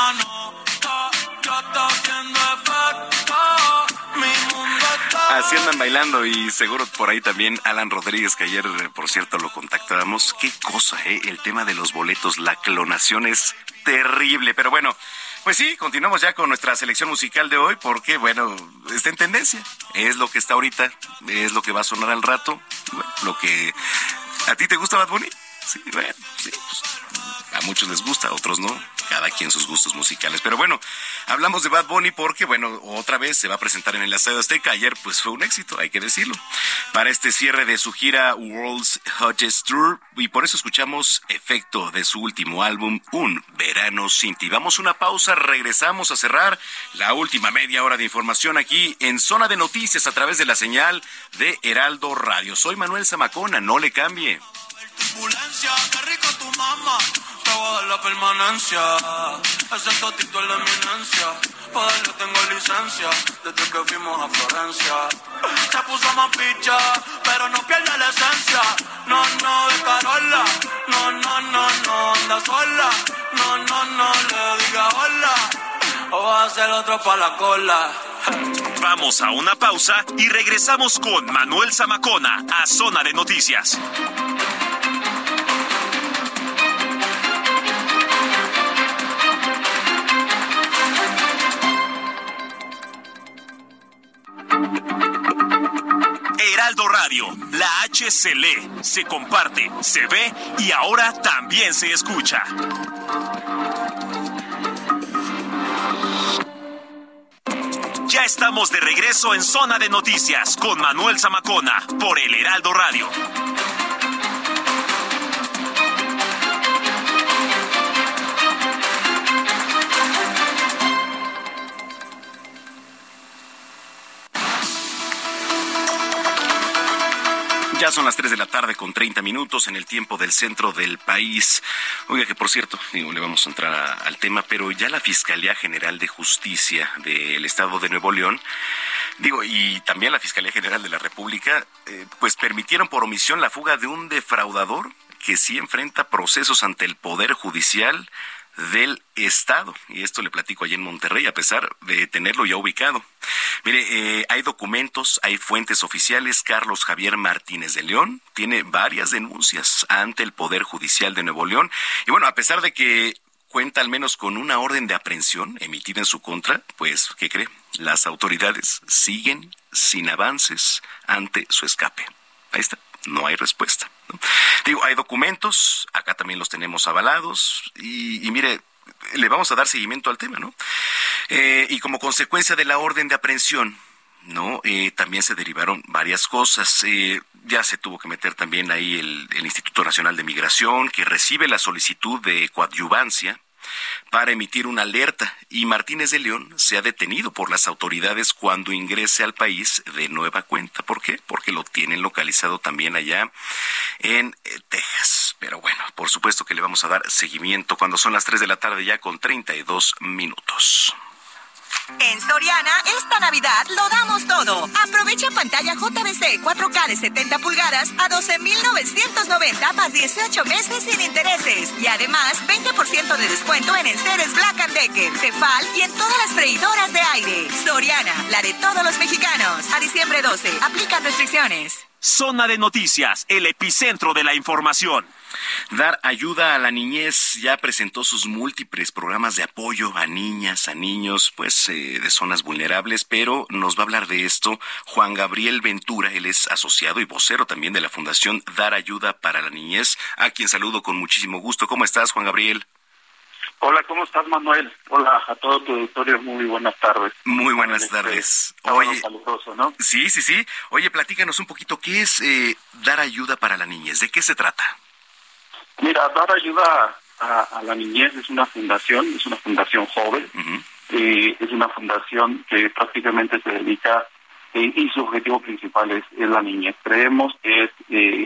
Así andan bailando y seguro por ahí también Alan Rodríguez, que ayer, por cierto, lo contactábamos. Qué cosa, el tema de los boletos, la clonación es terrible, pero bueno, Pues sí, continuamos ya con nuestra selección musical de hoy porque, bueno, está en tendencia. Es lo que está ahorita, es lo que va a sonar al rato. Bueno, lo que... ¿A ti te gusta Bad Bunny? Sí, bueno, sí, pues, a muchos les gusta, a otros no. Cada quien sus gustos musicales. Pero bueno, hablamos de Bad Bunny porque, bueno, otra vez se va a presentar en el Estadio Azteca. Ayer, pues, fue un éxito, hay que decirlo. Para este cierre de su gira World's Hottest Tour. Y por eso escuchamos Efecto de su último álbum, Un Verano Sin Ti. Vamos a una pausa, regresamos a cerrar la última media hora de información aquí en Zona de Noticias a través de la señal de Heraldo Radio. Soy Manuel Zamacona, no le cambie. Turbulencia, qué rico tu mamá, te voy a dar la permanencia. Ese totito es la eminencia, para darle tengo licencia. Desde que fuimos a Florencia, se puso más picha, pero no pierde la esencia. No, de Carola, no, anda sola. No, le diga hola, o va a hacer otro pa' la cola. Vamos a una pausa y regresamos con Manuel Zamacona a Zona de Noticias. Heraldo Radio, la H se lee, se comparte, se ve y ahora también se escucha. Ya estamos de regreso en Zona de Noticias con Manuel Zamacona por el Heraldo Radio. Ya son las 3 de la tarde con 30 minutos en el tiempo del centro del país. Oiga, que por cierto, le vamos a entrar al tema, pero ya la Fiscalía General de Justicia del Estado de Nuevo León, y también la Fiscalía General de la República, pues permitieron por omisión la fuga de un defraudador que sí enfrenta procesos ante el Poder Judicial del Estado. Y esto le platico allá en Monterrey, a pesar de tenerlo ya ubicado. Mire, hay documentos, hay fuentes oficiales. Carlos Javier Martínez de León tiene varias denuncias ante el Poder Judicial de Nuevo León. Y bueno, a pesar de que cuenta al menos con una orden de aprehensión emitida en su contra, pues, ¿qué cree? Las autoridades siguen sin avances ante su escape. Ahí está, no hay respuesta, ¿no? Hay documentos, acá también los tenemos avalados, y mire, le vamos a dar seguimiento al tema, ¿no? Y como consecuencia de la orden de aprehensión, ¿no? También se derivaron varias cosas. Ya se tuvo que meter también ahí el Instituto Nacional de Migración, que recibe la solicitud de coadyuvancia para emitir una alerta, y Martínez de León se ha detenido por las autoridades cuando ingrese al país de nueva cuenta. ¿Por qué? Porque lo tienen localizado también allá en Texas. Pero bueno, por supuesto que le vamos a dar seguimiento cuando son las 3 de la tarde ya con 32 minutos. En Soriana, esta Navidad lo damos todo. Aprovecha pantalla JVC 4K de 70 pulgadas a 12,990 más 18 meses sin intereses. Y además, 20% de descuento en enseres Black & Decker, Tefal y en todas las freidoras de aire. Soriana, la de todos los mexicanos. A diciembre 12, aplican restricciones. Zona de Noticias, el epicentro de la información. Dar Ayuda a la Niñez ya presentó sus múltiples programas de apoyo a niñas, a niños, pues de zonas vulnerables, pero nos va a hablar de esto Juan Gabriel Ventura. Él es asociado y vocero también de la Fundación Dar Ayuda para la Niñez, a quien saludo con muchísimo gusto. ¿Cómo estás, Juan Gabriel? Hola, ¿cómo estás, Manuel? Hola a todo tu auditorio, muy buenas tardes. Muy buenas tardes. Oye, saludoso, ¿no? Sí. Oye, platícanos un poquito, ¿qué es Dar Ayuda para la Niñez? ¿De qué se trata? Mira, Dar Ayuda a la Niñez es una fundación joven, es una fundación que prácticamente se dedica, y su objetivo principal es la niñez. Creemos que es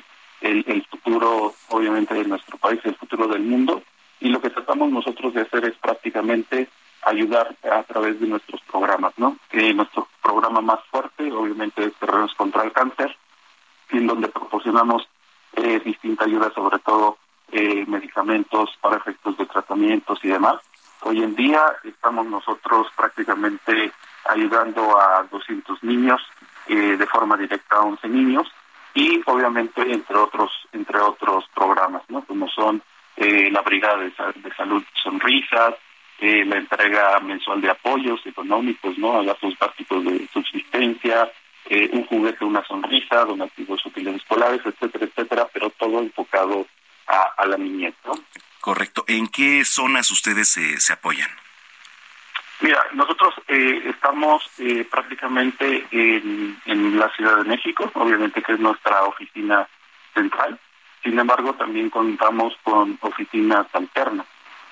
el futuro, obviamente, de nuestro país, el futuro del mundo, y lo que tratamos nosotros de hacer es prácticamente ayudar a través de nuestros programas, ¿no? Nuestro programa más fuerte, obviamente, es Terrenos contra el Cáncer, en donde proporcionamos distinta ayuda, sobre todo medicamentos para efectos de tratamientos y demás. Hoy en día estamos nosotros prácticamente ayudando a 200 niños, de forma directa a 11 niños, y obviamente entre otros programas, ¿no? Como son la Brigada de Salud Sonrisas, la entrega mensual de apoyos económicos, ¿no? A gastos básicos de subsistencia, un juguete, una sonrisa, donativos útiles escolares, etcétera, etcétera, pero todo enfocado a la niñez, ¿no? Correcto. ¿En qué zonas ustedes se apoyan? Mira, nosotros estamos prácticamente en la Ciudad de México, obviamente que es nuestra oficina central. Sin embargo, también contamos con oficinas alternas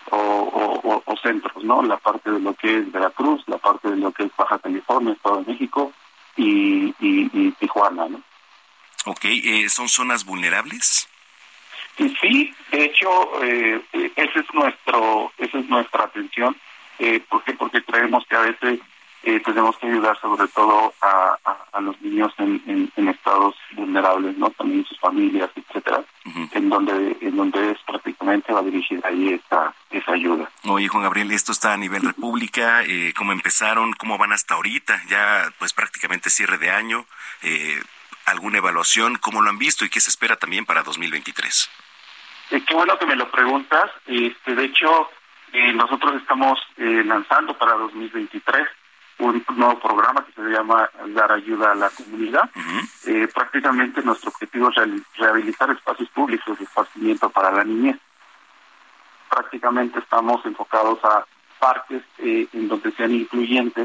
o centros, ¿no? La parte de lo que es Veracruz, la parte de lo que es Baja California, Estado de México y Tijuana, ¿no? Ok, ¿son zonas vulnerables? Y sí, de hecho, esa es nuestra atención. ¿Por qué? Porque creemos que a veces tenemos que ayudar sobre todo a los niños en estados vulnerables, ¿no? También sus familias, etcétera, en donde es prácticamente va dirigida ahí esa ayuda. Oye, Juan Gabriel, esto está a nivel república, ¿cómo empezaron? ¿Cómo van hasta ahorita? Ya pues prácticamente cierre de año, ¿alguna evaluación? ¿Cómo lo han visto y qué se espera también para 2023? Qué bueno que me lo preguntas. De hecho, nosotros estamos lanzando para 2023 un nuevo programa que se llama Dar Ayuda a la Comunidad. Prácticamente nuestro objetivo es rehabilitar espacios públicos de esparcimiento para la niñez. Prácticamente estamos enfocados a parques en donde sean incluyentes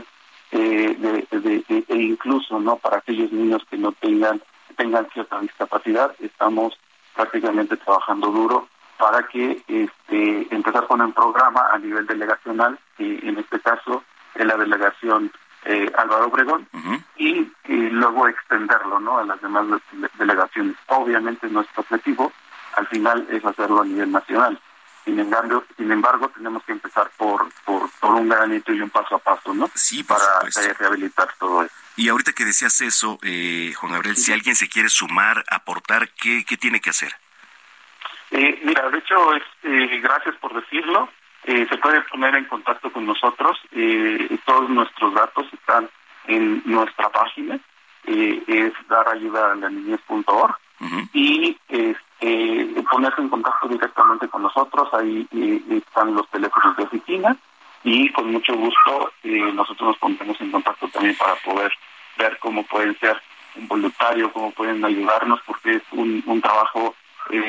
e incluso, ¿no? Para aquellos niños que no tengan cierta discapacidad, estamos prácticamente trabajando duro para que empezar con el programa a nivel delegacional, en este caso en la delegación Álvaro Obregón, y luego extenderlo, ¿no? A las demás delegaciones. Obviamente nuestro objetivo al final es hacerlo a nivel nacional. Sin embargo, tenemos que empezar por un granito y un paso a paso, ¿no? Sí, para rehabilitar todo eso. Y ahorita que decías eso, Juan Gabriel, si alguien se quiere sumar, aportar, ¿qué tiene que hacer? Mira, de hecho, gracias por decirlo. Se puede poner en contacto con nosotros. Todos nuestros datos están en nuestra página. Es darayudaalaniñez.org. Y ponerse en contacto directamente con nosotros. Ahí están los teléfonos de oficina. Y con mucho gusto nosotros nos pondremos en contacto también para poder ver cómo pueden ser un voluntario, cómo pueden ayudarnos, porque es un trabajo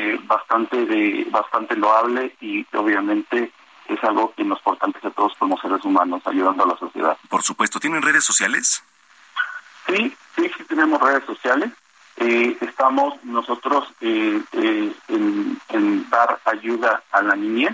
bastante loable y obviamente es algo que nos fortalece a todos como seres humanos, ayudando a la sociedad. Por supuesto. ¿Tienen redes sociales? Sí tenemos redes sociales. Estamos nosotros en Dar Ayuda a la Niñez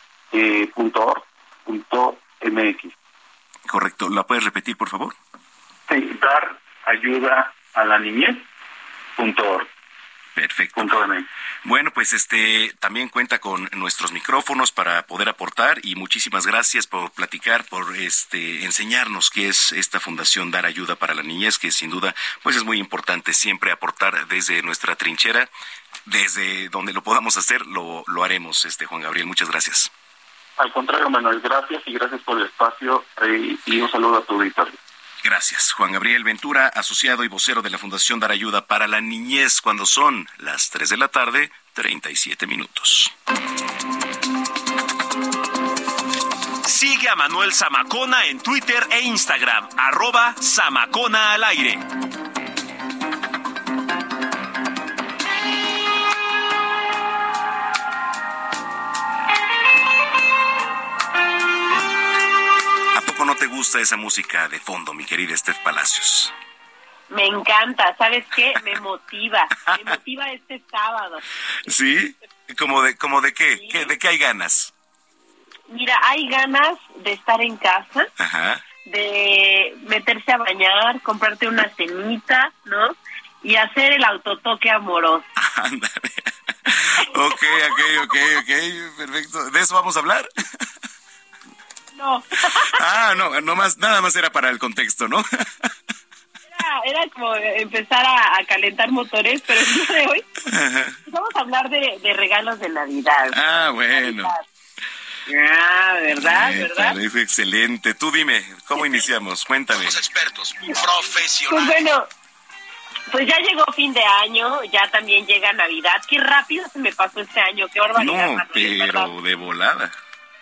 .org.mx. Correcto. ¿La puedes repetir, por favor? Sí, Dar Ayuda a la Niñez.org. Perfecto. Bueno, pues también cuenta con nuestros micrófonos para poder aportar y muchísimas gracias por platicar, por enseñarnos qué es esta Fundación Dar Ayuda para la Niñez, que sin duda pues es muy importante siempre aportar desde nuestra trinchera, desde donde lo podamos hacer, lo haremos, Juan Gabriel. Muchas gracias. Al contrario, Manuel, gracias y gracias por el espacio y un saludo a tu auditorio. Gracias. Juan Gabriel Ventura, asociado y vocero de la Fundación Dar Ayuda para la Niñez, cuando son las 3 de la tarde, 37 minutos. Sigue a Manuel Zamacona en Twitter e Instagram, @Zamacona al aire. ¿No te gusta esa música de fondo, mi querida Steph Palacios? Me encanta, ¿sabes qué? Me motiva este sábado. ¿Sí? ¿Cómo de qué? Sí. ¿De qué hay ganas? Mira, hay ganas de estar en casa, de meterse a bañar, comprarte una cenita, ¿no? Y hacer el autotoque amoroso. Ándale. Ok, perfecto. ¿De eso vamos a hablar? No. Nada más era para el contexto, ¿no? Era como empezar a calentar motores, pero el día de hoy vamos a hablar de regalos de Navidad. Bueno. ¿Verdad? Es excelente. Tú dime, ¿cómo iniciamos? Cuéntame. Los expertos, profesionales. Pues bueno, pues ya llegó fin de año, ya también llega Navidad. Qué rápido se me pasó este año, qué barbaridad. No, pero de volada.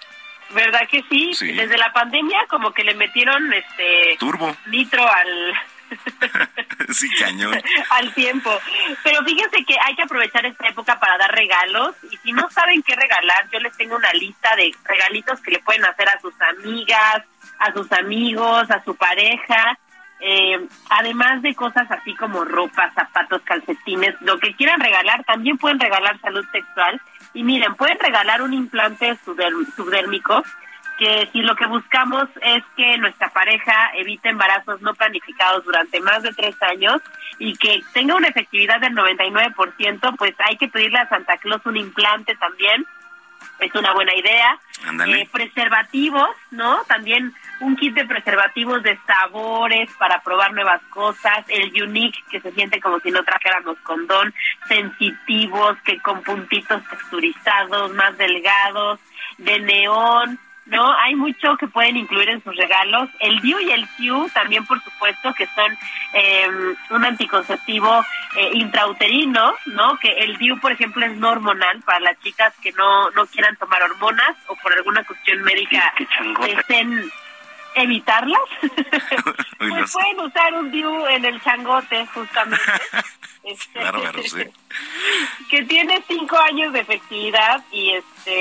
¿Verdad que sí? Sí. Desde la pandemia como que le metieron turbo, nitro al sí, cañón, al tiempo. Pero fíjense que hay que aprovechar esta época para dar regalos, y si no saben qué regalar, yo les tengo una lista de regalitos que le pueden hacer a sus amigas, a sus amigos, a su pareja. Además de cosas así como ropa, zapatos, calcetines, lo que quieran regalar. También pueden regalar salud sexual. Y miren, pueden regalar un implante subdérmico, que si lo que buscamos es que nuestra pareja evite embarazos no planificados durante más de 3 años y que tenga una efectividad del 99%, pues hay que pedirle a Santa Claus un implante también. Es una buena idea. Preservativos, ¿no? También un kit de preservativos de sabores para probar nuevas cosas. El Unique, que se siente como si no trajéramos condón. Sensitivos, que con puntitos texturizados, más delgados. De neón, ¿no? Hay mucho que pueden incluir en sus regalos. El DIU y el CIU también, por supuesto, que son un anticonceptivo intrauterino, ¿no? Que el DIU, por ejemplo, es no hormonal para las chicas que no quieran tomar hormonas o por alguna cuestión médica deseen evitarlas. Pues pueden usar un DIU en el changote, justamente. Bárbaro, sí. Que tiene 5 años de efectividad y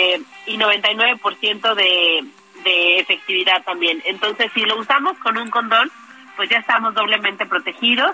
99% de efectividad también. Entonces, si lo usamos con un condón, pues ya estamos doblemente protegidos.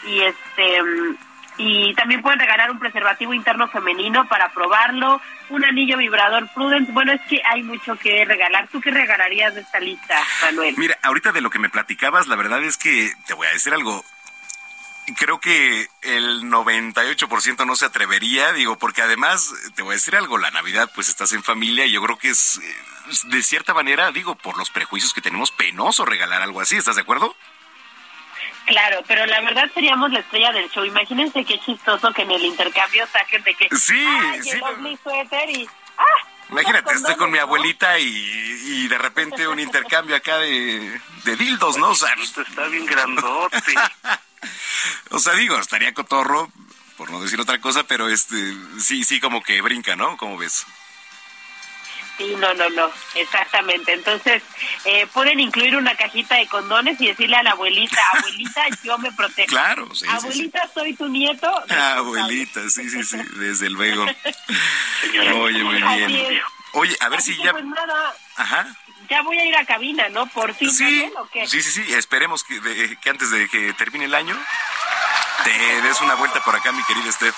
Y también pueden regalar un preservativo interno femenino para probarlo, un anillo vibrador Prudence. Bueno, es que hay mucho que regalar. ¿Tú qué regalarías de esta lista, Manuel? Mira, ahorita de lo que me platicabas, la verdad es que te voy a decir algo. Creo que el 98% no se atrevería, porque además, te voy a decir algo, la Navidad pues estás en familia y yo creo que es, de cierta manera, por los prejuicios que tenemos, penoso regalar algo así, ¿estás de acuerdo? Claro, pero la verdad seríamos la estrella del show. Imagínense qué chistoso que en el intercambio saquen de que... Sí, llegó mi suéter y... Imagínate, estoy con mi abuelita y de repente un intercambio acá de dildos, ¿no? O sea, está bien grandote. O sea, estaría cotorro, por no decir otra cosa, pero sí, como que brinca, ¿no? ¿Cómo ves? Sí, no, exactamente. Entonces, pueden incluir una cajita de condones y decirle a la abuelita, abuelita, yo me protejo. Claro, sí. Abuelita, sí. Soy tu nieto. Abuelita, sí, desde luego. Oye, muy bien. Oye, a ver si ya... Pues nada. Ajá. Ya voy a ir a cabina, ¿no? Por fin, sí, ¿o qué? Sí, esperemos que antes de que termine el año te des una vuelta por acá, mi querida Steph.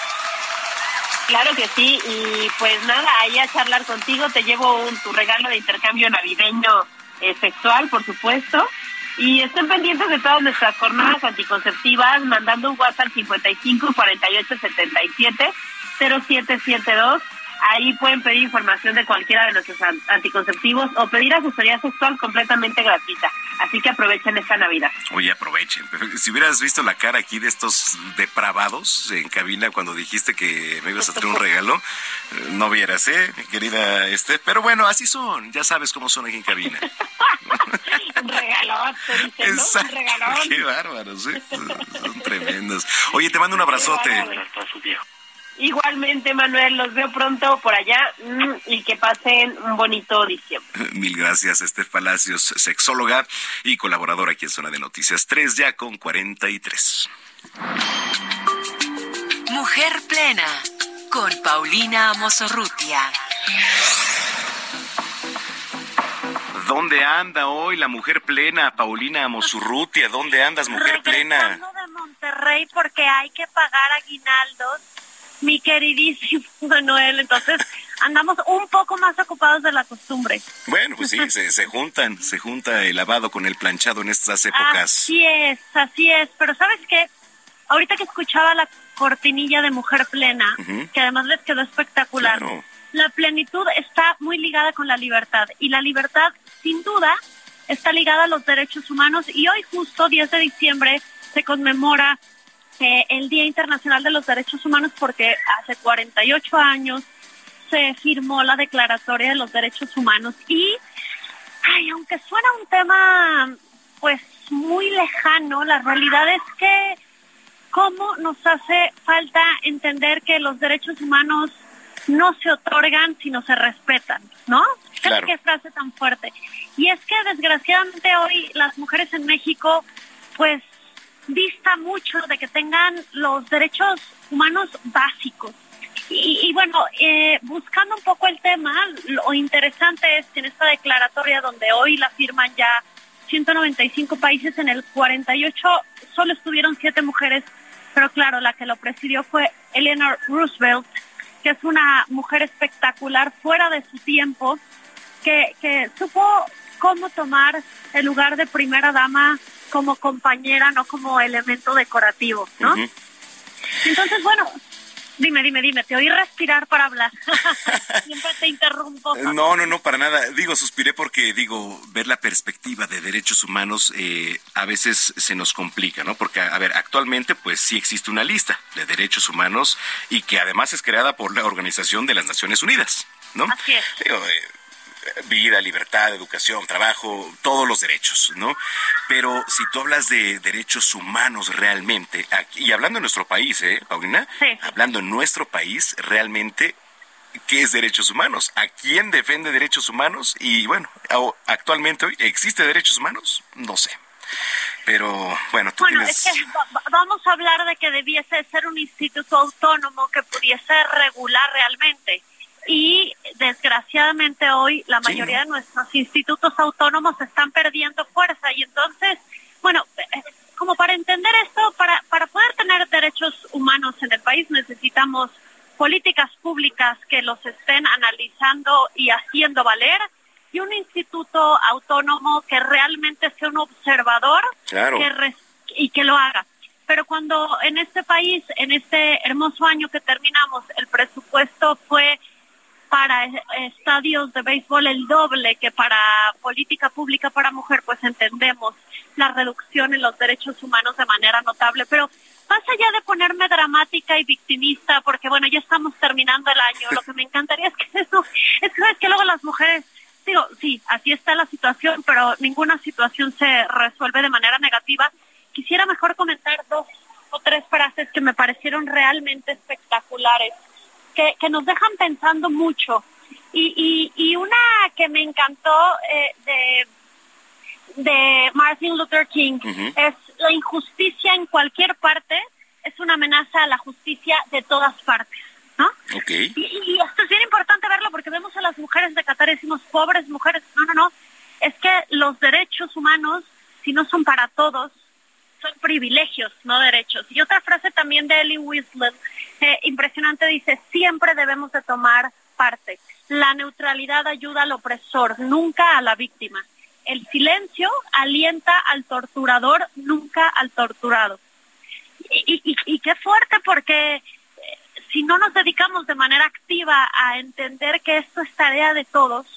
Claro que sí, y pues nada, ahí a charlar contigo, te llevo tu regalo de intercambio navideño sexual, por supuesto, y estén pendientes de todas nuestras jornadas anticonceptivas, mandando un WhatsApp 55 48 77 0772. Ahí pueden pedir información de cualquiera de nuestros anticonceptivos o pedir asesoría sexual completamente gratuita. Así que aprovechen esta Navidad. Oye, aprovechen. Si hubieras visto la cara aquí de estos depravados en cabina cuando dijiste que me ibas a traer un regalo, no vieras, mi querida Steph. Pero bueno, así son. Ya sabes cómo son aquí en cabina. Un regalón, te dicen, ¿no? Un regalón. Qué bárbaros, son tremendos. Oye, te mando un abrazote. Igualmente, Manuel, los veo pronto por allá y que pasen un bonito diciembre. Mil gracias, Steph Palacios, sexóloga y colaboradora aquí en Zona de Noticias. 3:43. Mujer Plena, con Paulina Amosorrutia. ¿Dónde anda hoy la mujer plena, Paulina Amosorrutia? ¿Dónde andas, mujer plena? Regresando de Monterrey porque hay que pagar aguinaldos, mi queridísimo Manuel, entonces andamos un poco más ocupados de la costumbre. Bueno, pues sí, se junta el lavado con el planchado en estas épocas. Así es, pero ¿sabes qué? Ahorita que escuchaba la cortinilla de Mujer Plena, que además les quedó espectacular, claro. La plenitud está muy ligada con la libertad, y la libertad, sin duda, está ligada a los derechos humanos, y hoy justo, 10 de diciembre, se conmemora el Día Internacional de los Derechos Humanos porque hace 48 años se firmó la Declaratoria de los Derechos Humanos y, aunque suena un tema pues muy lejano, la realidad es que cómo nos hace falta entender que los derechos humanos no se otorgan, sino se respetan, ¿no? qué frase tan fuerte. Y es que desgraciadamente hoy las mujeres en México, pues, dista mucho de que tengan los derechos humanos básicos. Y bueno, buscando un poco el tema, lo interesante es que en esta declaratoria donde hoy la firman ya 195 países, en el 48 solo estuvieron 7 mujeres, pero claro, la que lo presidió fue Eleanor Roosevelt, que es una mujer espectacular, fuera de su tiempo, que supo cómo tomar el lugar de primera dama como compañera, no como elemento decorativo, ¿no? Uh-huh. Entonces, bueno, dime, te oí respirar para hablar. Siempre te interrumpo. No, para nada. Suspiré porque, ver la perspectiva de derechos humanos a veces se nos complica, ¿no? Porque, a ver, actualmente, pues sí existe una lista de derechos humanos y que además es creada por la Organización de las Naciones Unidas, ¿no? Así es. Vida, libertad, educación, trabajo, todos los derechos, ¿no? Pero si tú hablas de derechos humanos realmente, aquí, y hablando en nuestro país, Paulina, sí. Hablando en nuestro país, realmente, ¿qué es derechos humanos? ¿A quién defiende derechos humanos? Y bueno, actualmente hoy, ¿existe derechos humanos? No sé. Pero bueno, tú tienes... es que vamos a hablar de que debiese ser un instituto autónomo que pudiese regular realmente. Y desgraciadamente hoy la mayoría de nuestros institutos autónomos están perdiendo fuerza. Y entonces, bueno, como para entender esto, para poder tener derechos humanos en el país necesitamos políticas públicas que los estén analizando y haciendo valer, y un instituto autónomo que realmente sea un observador, claro, y que lo haga. Pero cuando en este país, en este hermoso año que terminamos, el presupuesto fue para estadios de béisbol el doble que para política pública para mujer, pues entendemos la reducción en los derechos humanos de manera notable. Pero más allá de ponerme dramática y victimista, porque bueno, ya estamos terminando el año, lo que me encantaría es que sabes que luego las mujeres, sí, así está la situación, pero ninguna situación se resuelve de manera negativa. Quisiera mejor comentar 2 o 3 frases que me parecieron realmente espectaculares, que nos dejan pensando mucho. Y una que me encantó de Martin Luther King, uh-huh, es: la injusticia en cualquier parte es una amenaza a la justicia de todas partes, ¿no? Okay. Y esto es bien importante verlo porque vemos a las mujeres de Qatar y decimos, pobres mujeres. No, es que los derechos humanos, si no son para todos, son privilegios, no derechos. Y otra frase también de Elie Wiesel, impresionante, dice: siempre debemos de tomar parte. La neutralidad ayuda al opresor, nunca a la víctima. El silencio alienta al torturador, nunca al torturado. Y qué fuerte, porque si no nos dedicamos de manera activa a entender que esto es tarea de todos,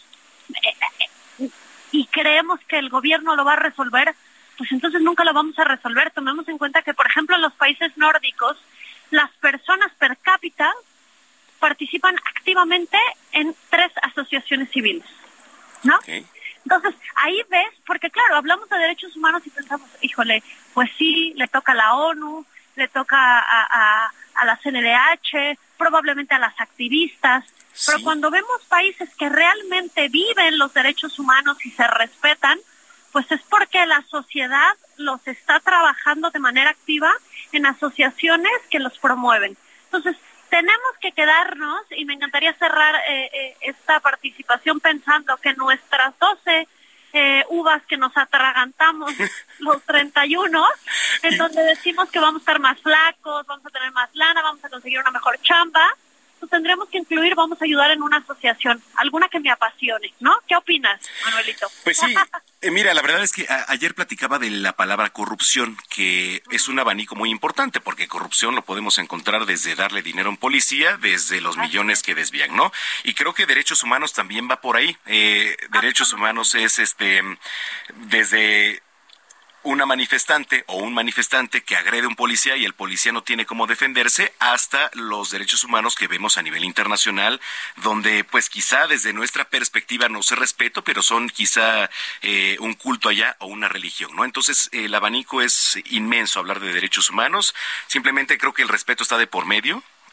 y creemos que el gobierno lo va a resolver, pues entonces nunca lo vamos a resolver. Tomemos en cuenta que, por ejemplo, en los países nórdicos, las personas per cápita participan activamente en 3 asociaciones civiles, ¿no? Okay. Entonces, ahí ves, porque claro, hablamos de derechos humanos y pensamos, híjole, pues sí, le toca a la ONU, le toca a la CNDH, probablemente a las activistas, sí, pero cuando vemos países que realmente viven los derechos humanos y se respetan, pues es porque la sociedad los está trabajando de manera activa en asociaciones que los promueven. Entonces, tenemos que quedarnos, y me encantaría cerrar esta participación pensando que nuestras 12 uvas que nos atragantamos los 31, en donde decimos que vamos a estar más flacos, vamos a tener más lana, vamos a conseguir una mejor chamba, pues tendremos que incluir, vamos a ayudar en una asociación, alguna que me apasione, ¿no? ¿Qué opinas, Manuelito? Pues sí, mira, la verdad es que ayer platicaba de la palabra corrupción, que es un abanico muy importante, porque corrupción lo podemos encontrar desde darle dinero a un policía, desde los millones que desvían, ¿no? Y creo que derechos humanos también va por ahí. Derechos humanos es desde una manifestante o un manifestante que agrede a un policía y el policía no tiene cómo defenderse, hasta los derechos humanos que vemos a nivel internacional, donde pues quizá desde nuestra perspectiva no se respeto, pero son quizá un culto allá o una religión, ¿no? Entonces el abanico es inmenso hablar de derechos humanos. Simplemente creo que el respeto está de por medio.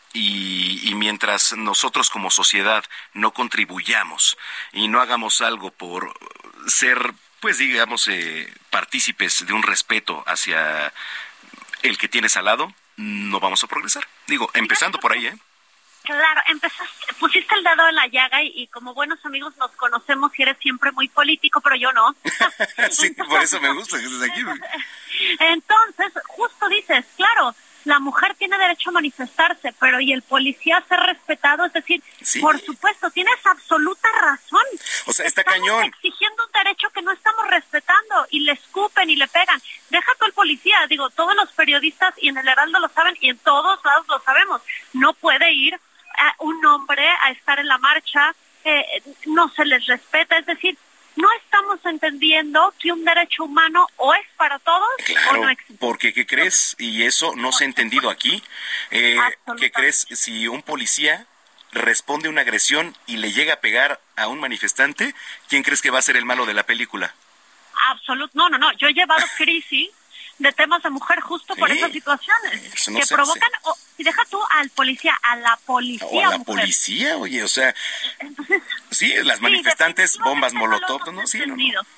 y mientras nosotros como sociedad no contribuyamos y no hagamos algo por ser, pues digamos, partícipes de un respeto hacia el que tienes al lado, no vamos a progresar. Digo, empezando por ahí, ¿eh? Claro, pusiste el dedo en la llaga y como buenos amigos nos conocemos y eres siempre muy político, pero yo no. Sí, por eso me gusta que estés aquí. Entonces, justo dices, claro, la mujer tiene derecho a manifestarse, pero ¿y el policía a ser respetado? Es decir, sí, por supuesto, tienes absoluta razón. O sea, está estamos cañón. Exigiendo un derecho que no estamos respetando y le escupen y le pegan. Deja tú el policía, digo, todos los periodistas y en el Heraldo lo saben y en todos lados lo sabemos. No puede ir un hombre a estar en la marcha, no se les respeta, es decir, no estamos entendiendo que un derecho humano o es para todos claro, o no existe. Porque ¿qué crees? Y eso no se ha entendido aquí. ¿Qué crees? Si un policía responde a una agresión y le llega a pegar a un manifestante, ¿quién crees que va a ser el malo de la película? No. Yo he llevado crisis de temas de mujer justo por esas situaciones no que provocan, y deja tú al policía, a la policía. O a la policía, oye, o sea, entonces, sí, las manifestantes, bombas molotov, ¿no? Sí, no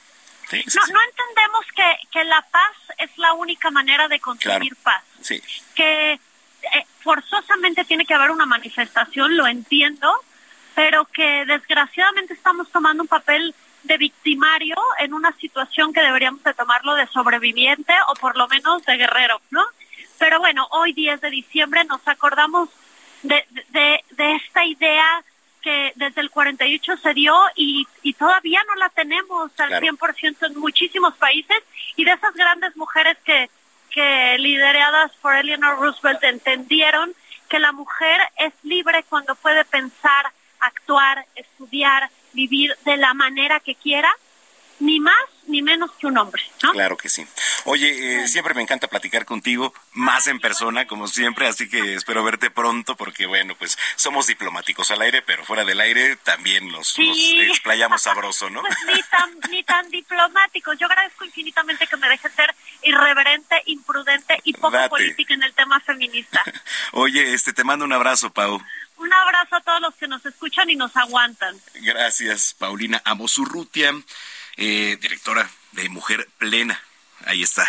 entendemos que la paz es la única manera de conseguir paz. Sí. Que forzosamente tiene que haber una manifestación, lo entiendo, pero que desgraciadamente estamos tomando un papel de victimario en una situación que deberíamos de tomarlo de sobreviviente o por lo menos de guerrero, ¿no? Pero bueno, hoy 10 de diciembre nos acordamos de esta idea que desde el 48 se dio y todavía no la tenemos al 100% en muchísimos países, y de esas grandes mujeres que lideradas por Eleanor Roosevelt entendieron que la mujer es libre cuando puede pensar, actuar, estudiar, vivir de la manera que quiera, ni más ni menos que un hombre, ¿no? Claro que sí. Oye, siempre me encanta platicar contigo, más en persona, como siempre, así que espero verte pronto, porque bueno, pues somos diplomáticos al aire, pero fuera del aire también nos explayamos sabroso, ¿no? Pues ni tan diplomáticos. Yo agradezco infinitamente que me dejes ser irreverente, imprudente y poco política en el tema feminista. Oye, te mando un abrazo, Pau. Un abrazo a todos los que nos escuchan y nos aguantan. Gracias, Paulina Amosurrutia, directora de Mujer Plena. Ahí está,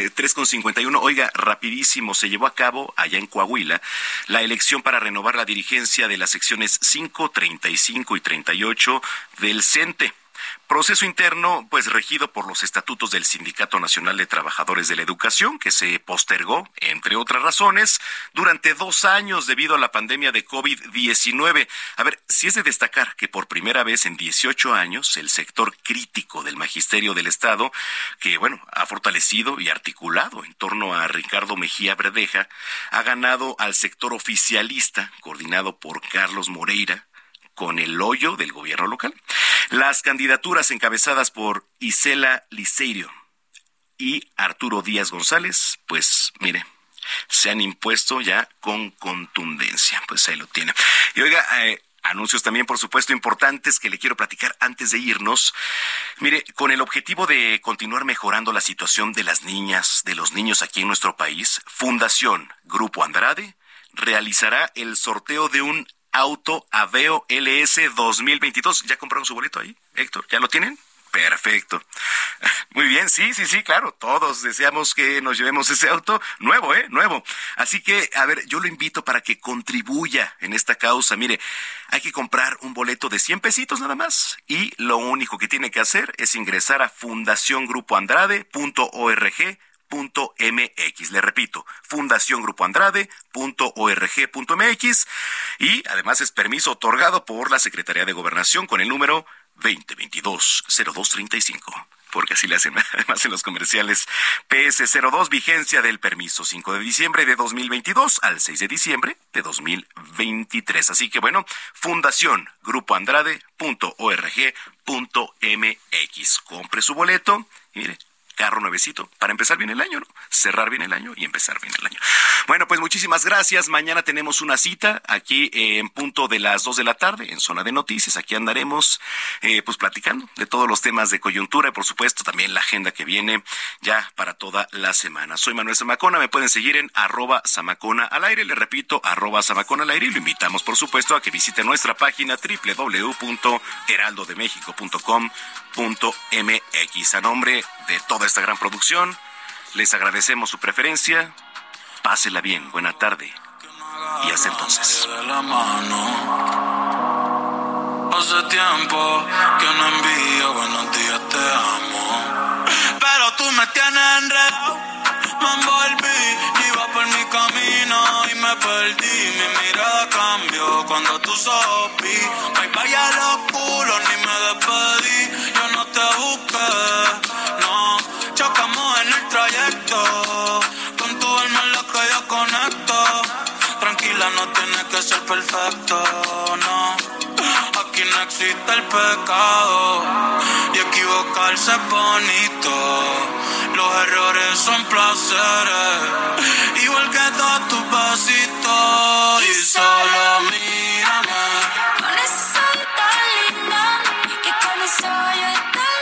3:51. Oiga, rapidísimo, se llevó a cabo allá en Coahuila la elección para renovar la dirigencia de las secciones 5, 35 y 38 del CENTE. Proceso interno, pues regido por los estatutos del Sindicato Nacional de Trabajadores de la Educación, que se postergó, entre otras razones, durante 2 años debido a la pandemia de COVID-19. A ver, sí es de destacar que por primera vez en 18 años, el sector crítico del magisterio del Estado, que bueno, ha fortalecido y articulado en torno a Ricardo Mejía Verdeja, ha ganado al sector oficialista, coordinado por Carlos Moreira, con el hoyo del gobierno local. Las candidaturas encabezadas por Isela Liceiro y Arturo Díaz González, pues mire, se han impuesto ya con contundencia. Pues ahí lo tiene. Y oiga, anuncios también, por supuesto, importantes que le quiero platicar antes de irnos. Mire, con el objetivo de continuar mejorando la situación de las niñas, de los niños aquí en nuestro país, Fundación Grupo Andrade realizará el sorteo de un Auto Aveo LS 2022. ¿Ya compraron su boleto ahí, Héctor? ¿Ya lo tienen? Perfecto. Muy bien, sí, claro. Todos deseamos que nos llevemos ese auto nuevo, nuevo. Así que, a ver, yo lo invito para que contribuya en esta causa. Mire, hay que comprar un boleto de 100 pesitos nada más. Y lo único que tiene que hacer es ingresar a fundaciongrupoandrade.org.mx. Le repito, fundaciongrupoandrade.org.mx, y además es permiso otorgado por la Secretaría de Gobernación con el número 2022-0235, porque así le hacen además en los comerciales. PS02, vigencia del permiso 5 de diciembre de 2022 al 6 de diciembre de 2023. Así que bueno, fundaciongrupoandrade.org.mx. Compre su boleto y mire, carro nuevecito para empezar bien el año, ¿no? Cerrar bien el año y empezar bien el año. Bueno, pues muchísimas gracias. Mañana tenemos una cita aquí en punto de las 2 de la tarde en Zona de Noticias. Aquí andaremos pues platicando de todos los temas de coyuntura y por supuesto también la agenda que viene ya para toda la semana. Soy Manuel Zamacona, me pueden seguir en @Zamacona al aire, le repito, @Zamacona al aire, y lo invitamos por supuesto a que visite nuestra página www.heraldodemexico.com.mx. A nombre de toda esta gran producción, les agradecemos su preferencia. Pásela bien, buena tarde y hasta entonces. Hace tiempo que no envío buenos días, te amo, pero tú me tienes enredado. Me envolví, iba por mi camino y me perdí. Mi mirada cambió cuando tú sopí. Bye bye a los culos, ni me despedí. Yo no te busqué, no. Chocamos en el trayecto. Con tu alma en la que yo conecto. Tranquila, no tienes que ser perfecto, no. Aquí no existe el pecado y equivocarse es bonito. Los errores son placeres, igual que todos tus besitos. Y solo mírame. Con ese sol tan lindo, que con eso yo estoy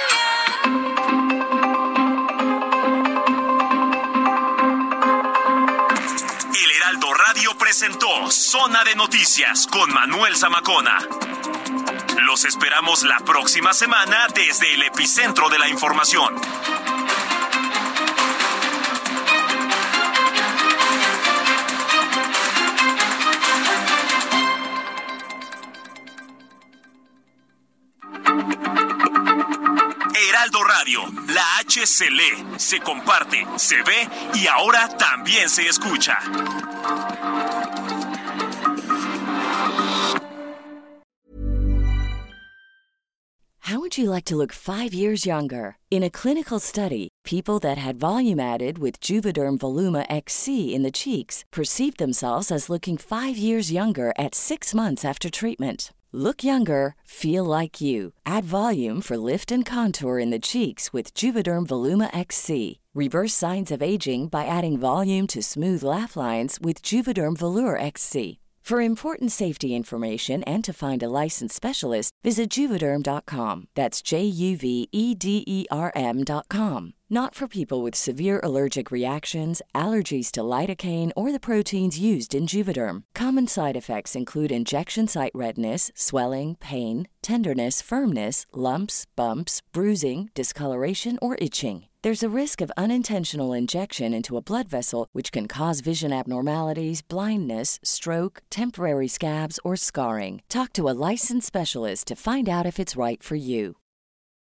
bien. El Heraldo Radio presentó Zona de Noticias con Manuel Zamacona. Los esperamos la próxima semana desde el epicentro de la información. Heraldo Radio, la H se lee, se comparte, se ve y ahora también se escucha. How would you like to look 5 years younger? In a clinical study, people that had volume added with Juvederm Voluma XC in the cheeks perceived themselves as looking 5 years younger at 6 months after treatment. Look younger, feel like you. Add volume for lift and contour in the cheeks with Juvederm Voluma XC. Reverse signs of aging by adding volume to smooth laugh lines with Juvederm Volure XC. For important safety information and to find a licensed specialist, visit Juvederm.com. That's JUVEDERM.com. Not for people with severe allergic reactions, allergies to lidocaine, or the proteins used in Juvederm. Common side effects include injection site redness, swelling, pain, tenderness, firmness, lumps, bumps, bruising, discoloration, or itching. There's a risk of unintentional injection into a blood vessel, which can cause vision abnormalities, blindness, stroke, temporary scabs, or scarring. Talk to a licensed specialist to find out if it's right for you.